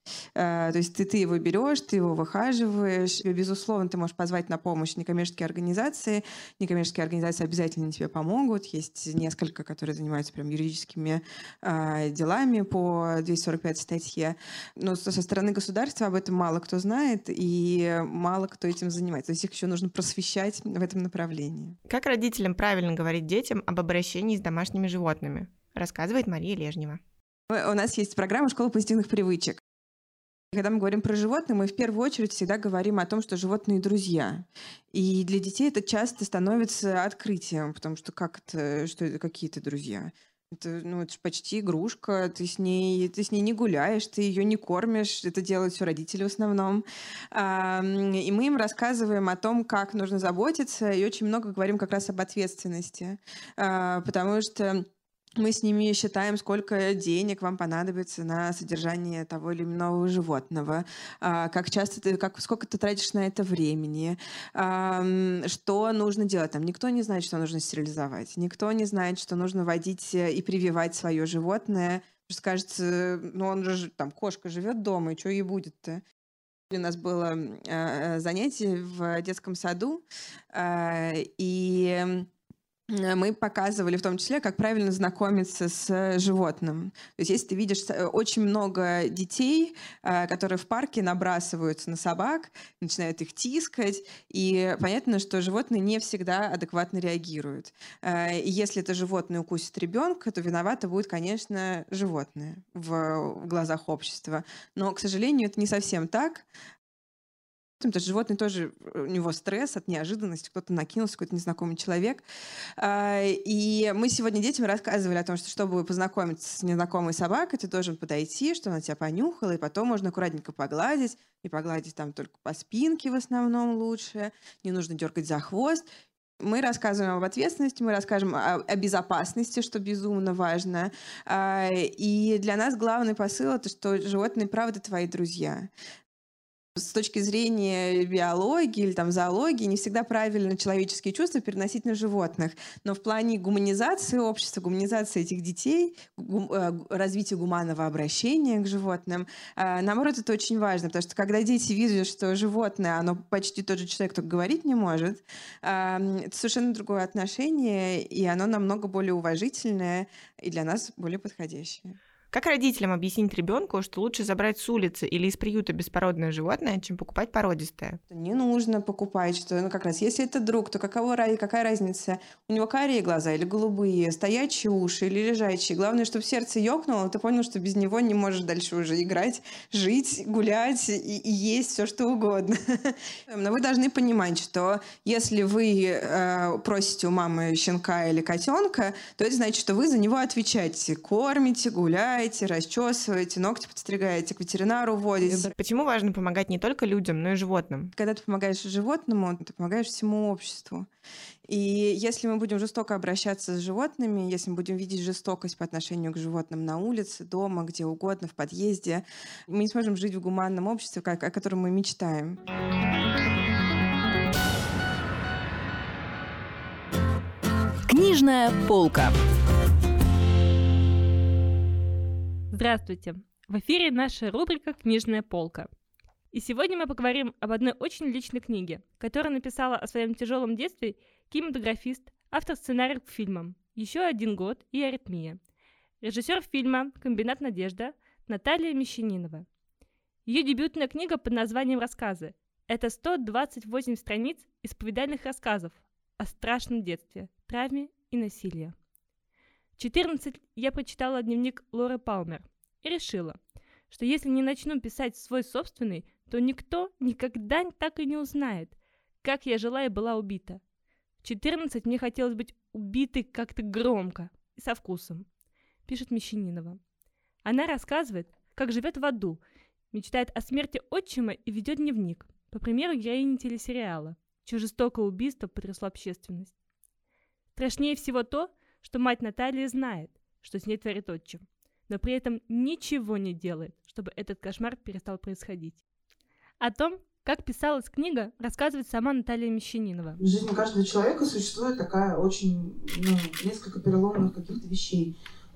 То есть ты его берешь, ты его выхаживаешь. Безусловно, ты можешь позвать на помощь некоммерческие организации. Некоммерческие организации обязательно тебе помогут. Есть несколько, которые занимаются прям юридическими делами по 245 статье. Но со стороны государства об этом мало кто знает, и мало кто этим занимается. То есть их еще нужно просвещать в этом направлении. Как родителям правильно говорить детям об обращении с домашними животными? Рассказывает Мария Лежнева. У нас есть программа «Школа позитивных привычек». Когда мы говорим про животных, мы в первую очередь всегда говорим о том, что животные — друзья. И для детей это часто становится открытием, потому что как это, что это какие-то друзья? Это же почти игрушка, ты с ней не гуляешь, ты ее не кормишь, это делают все родители в основном. И мы им рассказываем о том, как нужно заботиться, и очень много говорим как раз об ответственности, потому что мы с ними считаем, сколько денег вам понадобится на содержание того или иного животного, как часто сколько ты тратишь на это времени, что нужно делать. Там никто не знает, что нужно стерилизовать, никто не знает, что нужно водить и прививать свое животное. Потому что кажется, он же там кошка живет дома, и что ей будет-то? У нас было занятие в детском саду, и мы показывали в том числе, как правильно знакомиться с животным. То есть если ты видишь очень много детей, которые в парке набрасываются на собак, начинают их тискать, и понятно, что животные не всегда адекватно реагируют. И если это животное укусит ребенка, то виновато будет, конечно, животное в глазах общества. Но, к сожалению, это не совсем так. Потому что животное тоже, у него стресс от неожиданности, кто-то накинулся, какой-то незнакомый человек. И мы сегодня детям рассказывали о том, что чтобы познакомиться с незнакомой собакой, ты должен подойти, чтобы она тебя понюхала, и потом можно аккуратненько погладить. И погладить там только по спинке в основном лучше. Не нужно дергать за хвост. Мы рассказываем об ответственности, мы расскажем о безопасности, что безумно важно. И для нас главный посыл — это что животные, правда, твои друзья. С точки зрения биологии или там зоологии не всегда правильно человеческие чувства переносить на животных. Но в плане гуманизации общества, гуманизации этих детей, развития гуманного обращения к животным, наоборот, это очень важно, потому что когда дети видят, что животное, оно почти тот же человек, только говорить не может, это совершенно другое отношение, и оно намного более уважительное и для нас более подходящее. Как родителям объяснить ребенку, что лучше забрать с улицы или из приюта беспородное животное, чем покупать породистое? Не нужно покупать, что, как раз, если это друг, то какая разница? У него карие глаза или голубые, стоячие уши или лежачие. Главное, чтобы сердце ёкнуло, ты понял, что без него не можешь дальше уже играть, жить, гулять и есть все что угодно. Но вы должны понимать, что если вы просите у мамы щенка или котенка, то это значит, что вы за него отвечаете, кормите, гуляете, расчесываете, ногти подстригаете, к ветеринару водите. Почему важно помогать не только людям, но и животным? Когда ты помогаешь животному, ты помогаешь всему обществу. И если мы будем жестоко обращаться с животными, если мы будем видеть жестокость по отношению к животным на улице, дома, где угодно, в подъезде, мы не сможем жить в гуманном обществе, о котором мы мечтаем. Книжная полка. Здравствуйте! В эфире наша рубрика «Книжная полка». И сегодня мы поговорим об одной очень личной книге, которую написала о своем тяжелом детстве кинематографист, автор сценариев к фильмам «Еще один год» и «Аритмия», режиссер фильма «Комбинат Надежда» Наталья Мещанинова. Ее дебютная книга под названием «Рассказы» — это 128 страниц исповедальных рассказов о страшном детстве, травме и насилии. В 14 я прочитала дневник Лоры Палмер и решила, что если не начну писать свой собственный, то никто никогда так и не узнает, как я жила и была убита. В 14 мне хотелось быть убитой как-то громко и со вкусом, пишет Мещанинова. Она рассказывает, как живет в аду, мечтает о смерти отчима и ведет дневник, по примеру героини телесериала, чье жестокое убийство потрясло общественность. Страшнее всего то, что мать Натальи знает, что с ней творит отчим, но при этом ничего не делает, чтобы этот кошмар перестал происходить. О том, как писалась книга, рассказывает сама Наталья Мещанинова. В жизни каждого человека существует такая очень, несколько переломных каких-то вещей.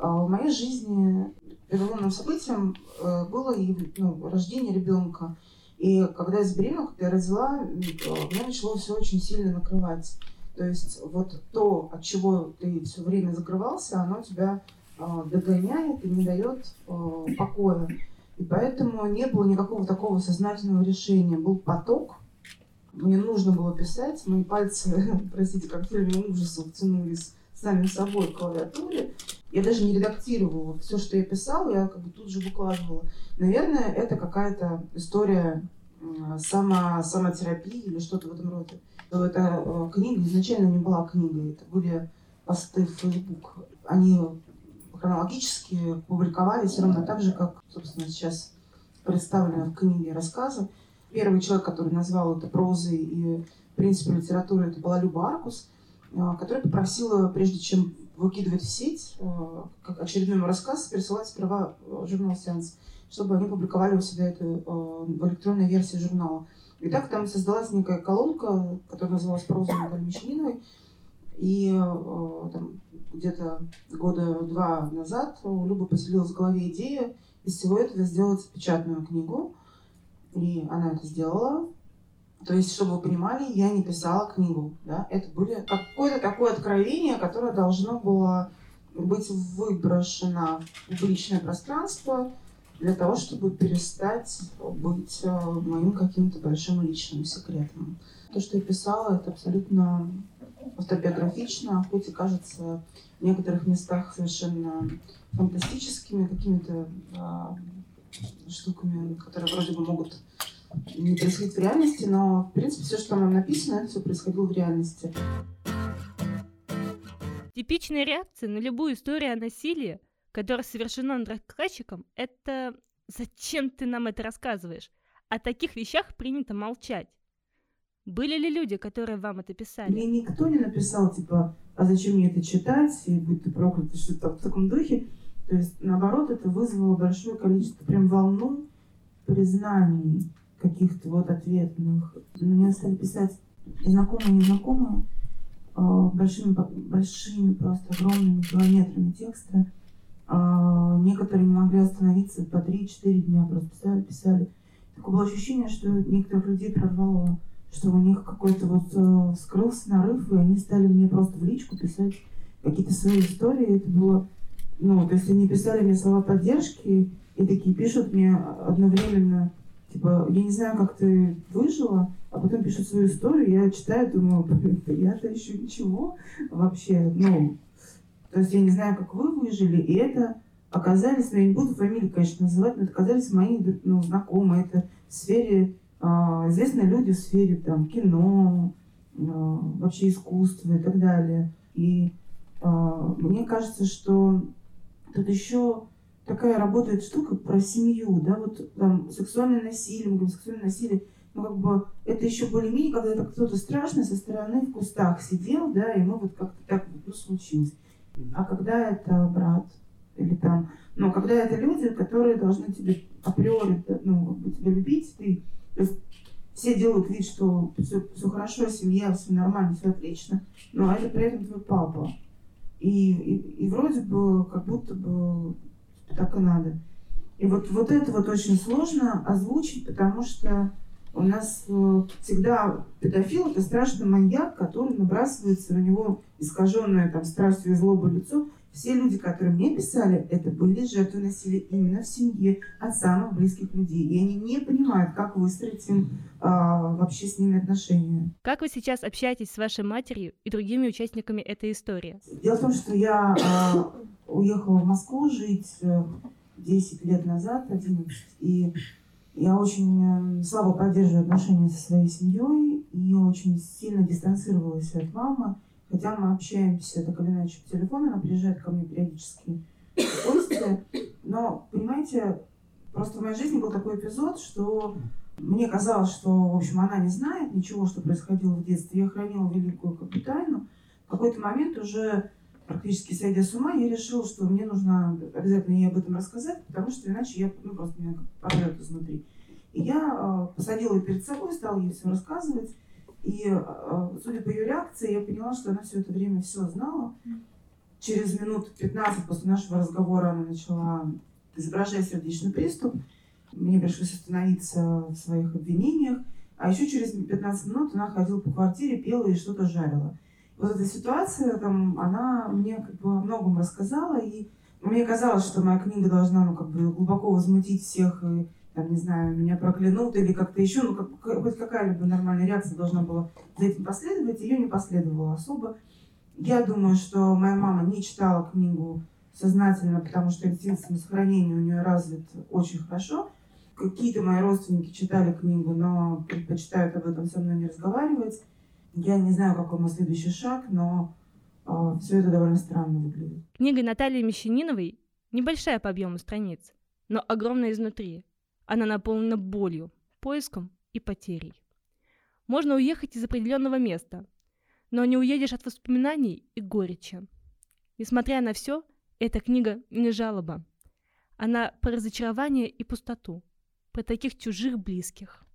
В моей жизни переломным событием было рождение ребенка. И когда я забеременела, когда я родила, меня начало все очень сильно накрывать. То есть вот то, от чего ты все время закрывался, оно тебя догоняет и не дает покоя. И поэтому не было никакого такого сознательного решения. Был поток, мне нужно было писать, мои пальцы, простите, как в фильме ужасов, тянулись сами собой к клавиатуре. Я даже не редактировала. Все, что я писала, я как бы тут же выкладывала. Наверное, это какая-то история самотерапии или что-то в этом роде. Эта книга изначально не была книгой, это были посты в Facebook. Они хронологически публиковались ровно так же, как, собственно, сейчас представлено в книге рассказы. Первый человек, который назвал это прозой и принципом литературы, это была Люба Аркус, которая попросила, прежде чем выкидывать в сеть, как очередной рассказ, пересылать сперва журнал «Сеанс», чтобы они публиковали у себя это в электронной версии журнала. И так там создалась некая колонка, которая называлась «Проза Натальи Мещаниновой». И там, где-то года 2 назад у Любы поселилась в голове идея из всего этого сделать печатную книгу. И она это сделала. То есть, чтобы вы понимали, я не писала книгу. Да? Это было какое-то такое откровение, которое должно было быть выброшено в публичное пространство для того, чтобы перестать быть моим каким-то большим личным секретом. То, что я писала, это абсолютно автобиографично, хоть и кажется в некоторых местах совершенно фантастическими какими-то штуками, которые вроде бы могут не происходить в реальности, но, в принципе, все, что там написано, это все происходило в реальности. Типичная реакция на любую историю о насилии, которое совершено над рассказчиком, это «зачем ты нам это рассказываешь?». О таких вещах принято молчать. Были ли люди, которые вам это писали? Мне никто не написал, типа, а зачем мне это читать, и будь ты проклят, что-то в таком духе. То есть, наоборот, это вызвало большое количество, прям волну признаний каких-то вот ответных. Мне стали писать и знакомые, и незнакомые, большими просто огромными километрами текста. Некоторые не могли остановиться по 3-4 дня, просто писали. Такое было ощущение, что некоторых людей прорвало, что у них какой-то вот вскрылся нарыв, и они стали мне просто в личку писать какие-то свои истории. Это было, то есть они писали мне слова поддержки, и такие пишут мне одновременно, типа, я не знаю, как ты выжила, а потом пишут свою историю, я читаю, думаю, я-то еще ничего вообще, то есть я не знаю, как вы выжили, и это оказались, я не буду фамилии, конечно, называть, но это оказались мои знакомые, это в сфере, известные люди в сфере там, кино, вообще искусства и так далее. И мне кажется, что тут еще такая работает штука про семью, да, вот там сексуальное насилие, мы говорим, сексуальное насилие, как бы это еще более-менее, когда это кто-то страшный со стороны в кустах сидел, да, и мы вот как-то так вот, случилось. А когда это брат, или там, когда это люди, которые должны тебе априори, тебя любить, то есть все делают вид, что все хорошо, семья, все нормально, все отлично, но это при этом твой папа. И вроде бы, как будто бы так и надо. И вот это вот очень сложно озвучить, потому что у нас всегда педофил — это страшный маньяк, который набрасывается, у него искаженное там страстью и злобой лицо. Все люди, которые мне писали, это были жертвы насилия именно в семье от самых близких людей. И они не понимают, как выстроить им вообще с ними отношения. Как вы сейчас общаетесь с вашей матерью и другими участниками этой истории? Дело в том, что я уехала в Москву жить 10 лет назад, 11, и я очень слабо поддерживаю отношения со своей семьей и очень сильно дистанцировалась от мамы. Хотя мы общаемся так или иначе по телефону, она приезжает ко мне периодически в гости. Но, понимаете, просто в моей жизни был такой эпизод, что мне казалось, что, в общем, она не знает ничего, что происходило в детстве. Я хранила великую как бы тайну. В какой-то момент уже, практически сойдя с ума, я решила, что мне нужно обязательно ей об этом рассказать, потому что иначе я просто меня порвет изнутри. И я посадила ее перед собой, стала ей все рассказывать. И, судя по ее реакции, я поняла, что она все это время все знала. через минут 15 после нашего разговора она начала изображать сердечный приступ. Мне пришлось остановиться в своих обвинениях. А еще через 15 минут она ходила по квартире, пела и что-то жарила. Вот эта ситуация, она мне о многом рассказала, и мне казалось, что моя книга должна глубоко возмутить всех, и, меня проклянут или как-то еще, хоть какая-либо нормальная реакция должна была за этим последовать, ее не последовало особо. Я думаю, что моя мама не читала книгу сознательно, потому что инстинкт самосохранения у нее развит очень хорошо. Какие-то мои родственники читали книгу, но предпочитают об этом со мной не разговаривать. Я не знаю, какой мой следующий шаг, но все это довольно странно выглядит. Книга Натальи Мещаниновой небольшая по объему страниц, но огромная изнутри. Она наполнена болью, поиском и потерей. Можно уехать из определенного места, но не уедешь от воспоминаний и горечи. Несмотря на все, эта книга не жалоба. Она про разочарование и пустоту, про таких чужих близких.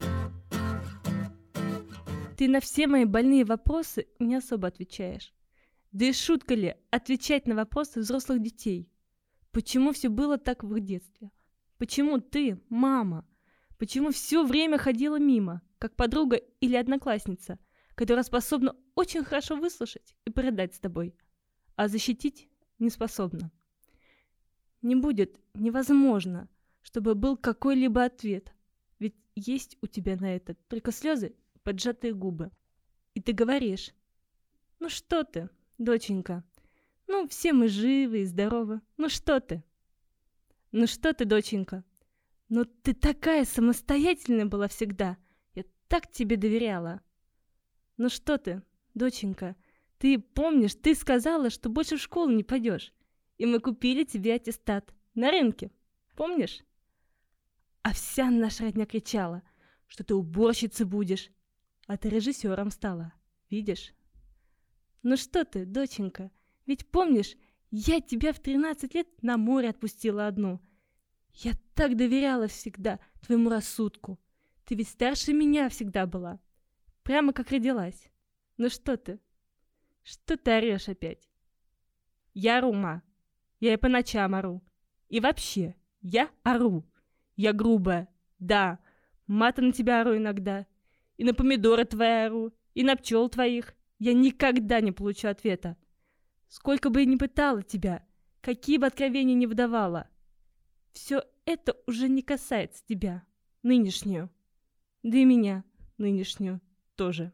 Ты на все мои больные вопросы не особо отвечаешь. Да и шутка ли отвечать на вопросы взрослых детей? Почему все было так в их детстве? Почему ты, мама, почему все время ходила мимо, как подруга или одноклассница, которая способна очень хорошо выслушать и порыдать с тобой, а защитить не способна? Не будет невозможно, чтобы был какой-либо ответ, ведь есть у тебя на это только слезы и поджатые губы. И ты говоришь: ну что ты, доченька, ну все мы живы и здоровы, ну что ты? Ну что ты, доченька? Ну ты такая самостоятельная была всегда, я так тебе доверяла. Ну что ты, доченька, ты помнишь, ты сказала, что больше в школу не пойдешь, и мы купили тебе аттестат на рынке, помнишь? А вся наша родня кричала, что ты уборщицей будешь, а ты режиссером стала, видишь? Ну что ты, доченька, ведь помнишь, я тебя в 13 лет на море отпустила одну. Я так доверяла всегда твоему рассудку. Ты ведь старше меня всегда была, прямо как родилась. Ну что ты? Что ты орешь опять? Я ору, ма. Я и по ночам ору. И вообще, я ору. Я грубая, да. Матом на тебя ору иногда. И на помидоры твои ору, и на пчел твоих. Я никогда не получу ответа. Сколько бы я ни пытала тебя, какие бы откровения ни выдавала, все это уже не касается тебя, нынешнюю. Да и меня, нынешнюю, тоже.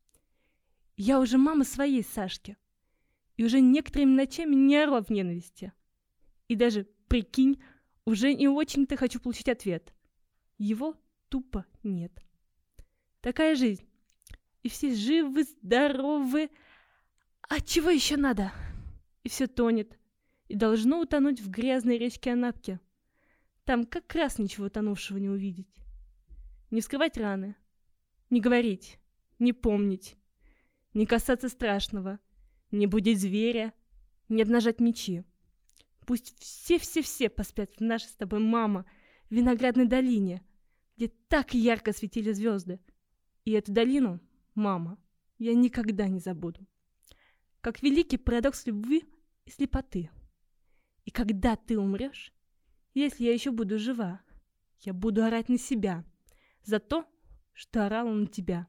Я уже мама своей Сашки. И уже некоторыми ночами не орла в ненависти. И даже, прикинь, уже не очень-то хочу получить ответ. Его тупо нет. Такая жизнь. И все живы, здоровы. А чего еще надо? И все тонет. И должно утонуть в грязной речке Анапки. Там как раз ничего тонувшего не увидеть. Не вскрывать раны. Не говорить. Не помнить. Не касаться страшного. Не будить зверя. Не обнажать мечи. Пусть все-все-все поспят в нашей с тобой, мама, виноградной долине, где так ярко светили звезды. И эту долину, мама, я никогда не забуду. Как великий парадокс любви и слепоты. И когда ты умрешь, если я еще буду жива, я буду орать на себя за то, что орала на тебя.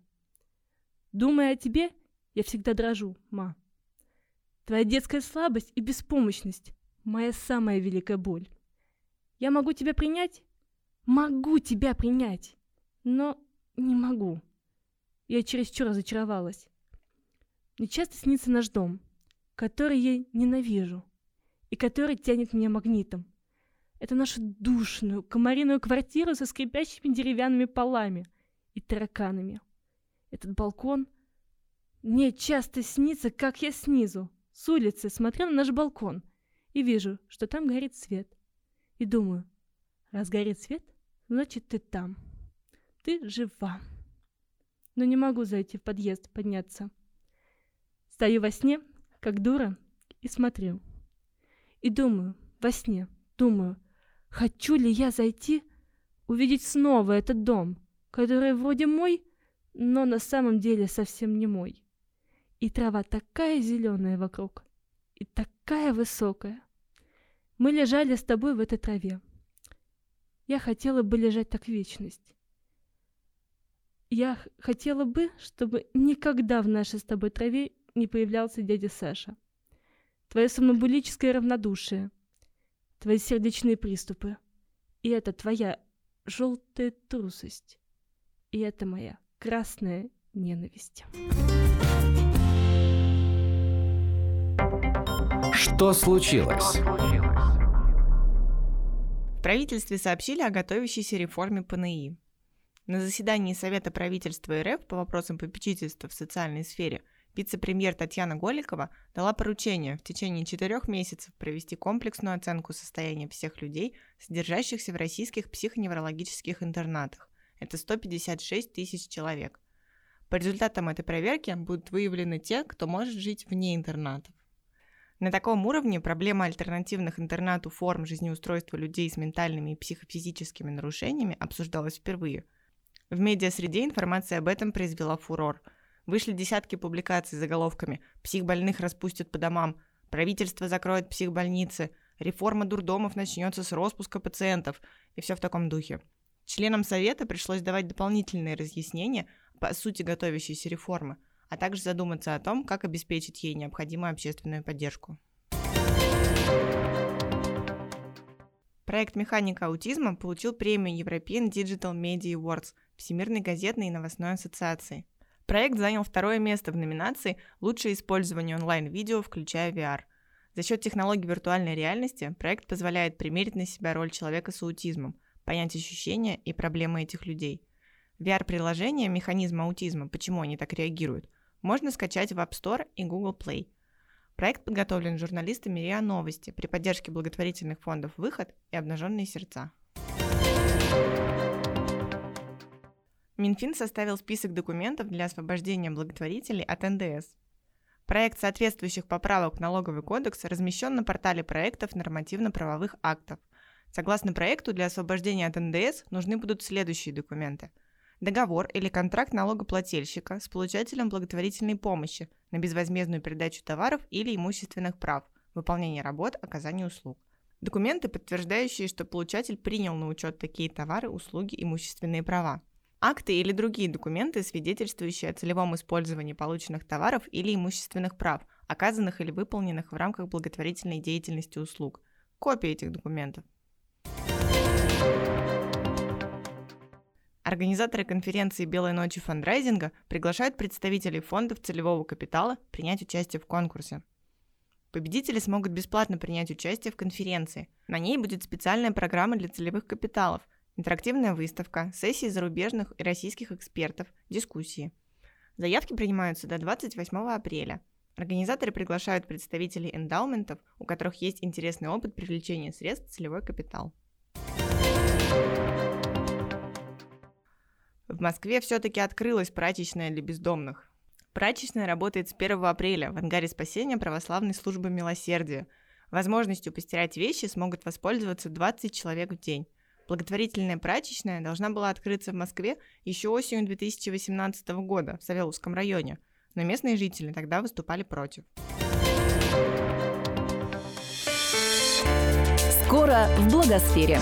Думая о тебе, я всегда дрожу, ма. Твоя детская слабость и беспомощность — моя самая великая боль. Я могу тебя принять? Могу тебя принять, но не могу. Я чересчур разочаровалась. Мне часто снится наш дом, который я ненавижу и который тянет меня магнитом. Это нашу душную, комариную квартиру со скрипящими деревянными полами и тараканами. Этот балкон. Мне часто снится, как я снизу, с улицы, смотрю на наш балкон и вижу, что там горит свет. И думаю, раз горит свет, значит, ты там. Ты жива. Но не могу зайти в подъезд, подняться. Стою во сне, как дура, и смотрю. И думаю, во сне, думаю, хочу ли я зайти, увидеть снова этот дом, который вроде мой, но на самом деле совсем не мой. И трава такая зеленая вокруг, и такая высокая. Мы лежали с тобой в этой траве. Я хотела бы лежать так вечность. Я хотела бы, чтобы никогда в нашей с тобой траве не появлялся дядя Саша. Твое сомнамбулическое равнодушие, твои сердечные приступы, и это твоя желтая трусость, и это моя красная ненависть. Что случилось? В правительстве сообщили о готовящейся реформе ПНИ. На заседании Совета правительства РФ по вопросам попечительства в социальной сфере вице-премьер Татьяна Голикова дала поручение в течение 4 месяцев провести комплексную оценку состояния всех людей, содержащихся в российских психоневрологических интернатах. Это 156 тысяч человек. По результатам этой проверки будут выявлены те, кто может жить вне интернатов. На таком уровне проблема альтернативных интернату форм жизнеустройства людей с ментальными и психофизическими нарушениями обсуждалась впервые. В медиасреде информация об этом произвела фурор. Вышли десятки публикаций с заголовками «Психбольных распустят по домам», «Правительство закроет психбольницы», «Реформа дурдомов начнется с распуска пациентов» и все в таком духе. Членам Совета пришлось давать дополнительные разъяснения по сути готовящейся реформы, а также задуматься о том, как обеспечить ей необходимую общественную поддержку. Проект «Механика аутизма» получил премию European Digital Media Awards Всемирной газетной и новостной ассоциации. Проект занял 2 место в номинации «Лучшее использование онлайн-видео, включая VR». За счет технологий виртуальной реальности проект позволяет примерить на себя роль человека с аутизмом, понять ощущения и проблемы этих людей. VR-приложение «Механизм аутизма. Почему они так реагируют» можно скачать в App Store и Google Play. Проект подготовлен журналистами РИА Новости при поддержке благотворительных фондов «Выход» и «Обнаженные сердца». Минфин составил список документов для освобождения благотворителей от НДС. Проект соответствующих поправок в налоговый кодекс размещен на портале проектов нормативно-правовых актов. Согласно проекту, для освобождения от НДС нужны будут следующие документы: договор или контракт налогоплательщика с получателем благотворительной помощи на безвозмездную передачу товаров или имущественных прав, выполнение работ, оказание услуг. Документы, подтверждающие, что получатель принял на учет такие товары, услуги, имущественные права. Акты или другие документы, свидетельствующие о целевом использовании полученных товаров или имущественных прав, оказанных или выполненных в рамках благотворительной деятельности услуг. Копии этих документов. Организаторы конференции «Белой ночи» фандрайзинга приглашают представителей фондов целевого капитала принять участие в конкурсе. Победители смогут бесплатно принять участие в конференции. На ней будет специальная программа для целевых капиталов, интерактивная выставка, сессии зарубежных и российских экспертов, дискуссии. Заявки принимаются до 28 апреля. Организаторы приглашают представителей эндаументов, у которых есть интересный опыт привлечения средств в целевой капитал. В Москве все-таки открылась прачечная для бездомных. Прачечная работает с 1 апреля в ангаре спасения православной службы милосердия. Возможностью постирать вещи смогут воспользоваться 20 человек в день. Благотворительная прачечная должна была открыться в Москве еще осенью 2018 года в Савеловском районе, но местные жители тогда выступали против. Скоро в Благосфере.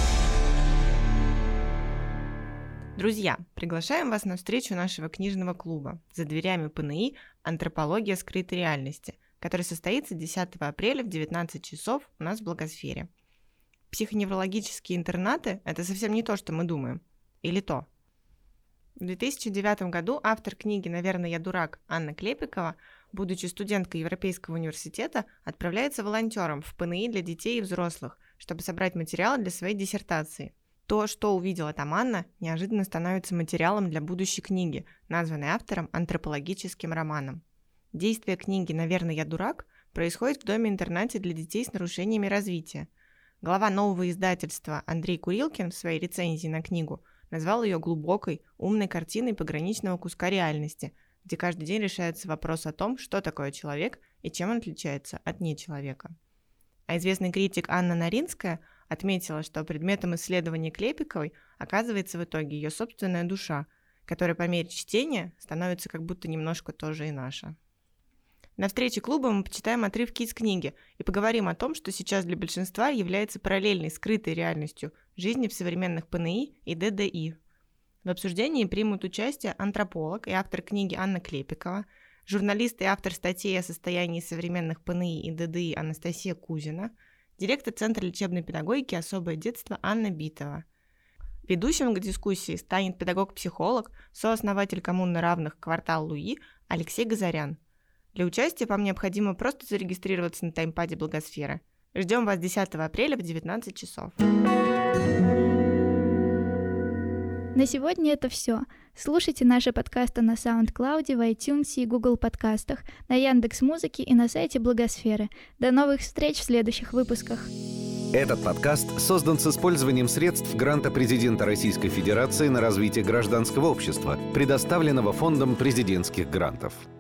Друзья, приглашаем вас на встречу нашего книжного клуба «За дверями ПНИ. Антропология скрытой реальности», который состоится 10 апреля в 19 часов у нас в Благосфере. Психоневрологические интернаты – это совсем не то, что мы думаем. Или то. В 2009 году автор книги «Наверное, я дурак» Анна Клепикова, будучи студенткой Европейского университета, отправляется волонтером в ПНИ для детей и взрослых, чтобы собрать материал для своей диссертации. То, что увидела там Анна, неожиданно становится материалом для будущей книги, названной автором антропологическим романом. Действие книги «Наверное, я дурак» происходит в доме-интернате для детей с нарушениями развития. Глава нового издательства Андрей Курилкин в своей рецензии на книгу назвал ее глубокой, умной картиной пограничного куска реальности, где каждый день решается вопрос о том, что такое человек и чем он отличается от нечеловека. А известный критик Анна Наринская отметила, что предметом исследования Клепиковой оказывается в итоге ее собственная душа, которая по мере чтения становится как будто немножко тоже и наша. На встрече клуба мы почитаем отрывки из книги и поговорим о том, что сейчас для большинства является параллельной, скрытой реальностью жизни в современных ПНИ и ДДИ. В обсуждении примут участие антрополог и автор книги Анна Клепикова, журналист и автор статей о состоянии современных ПНИ и ДДИ Анастасия Кузина, директор Центра лечебной педагогики «Особое детство» Анна Битова. Ведущим к дискуссии станет педагог-психолог, сооснователь коммуны равных «Квартал Луи» Алексей Газарян. Для участия вам необходимо просто зарегистрироваться на таймпаде Благосферы. Ждем вас 10 апреля в 19 часов. На сегодня это все. Слушайте наши подкасты на SoundCloud, в iTunes и Google подкастах, на Яндекс.Музыке и на сайте Благосферы. До новых встреч в следующих выпусках. Этот подкаст создан с использованием средств гранта президента Российской Федерации на развитие гражданского общества, предоставленного Фондом президентских грантов.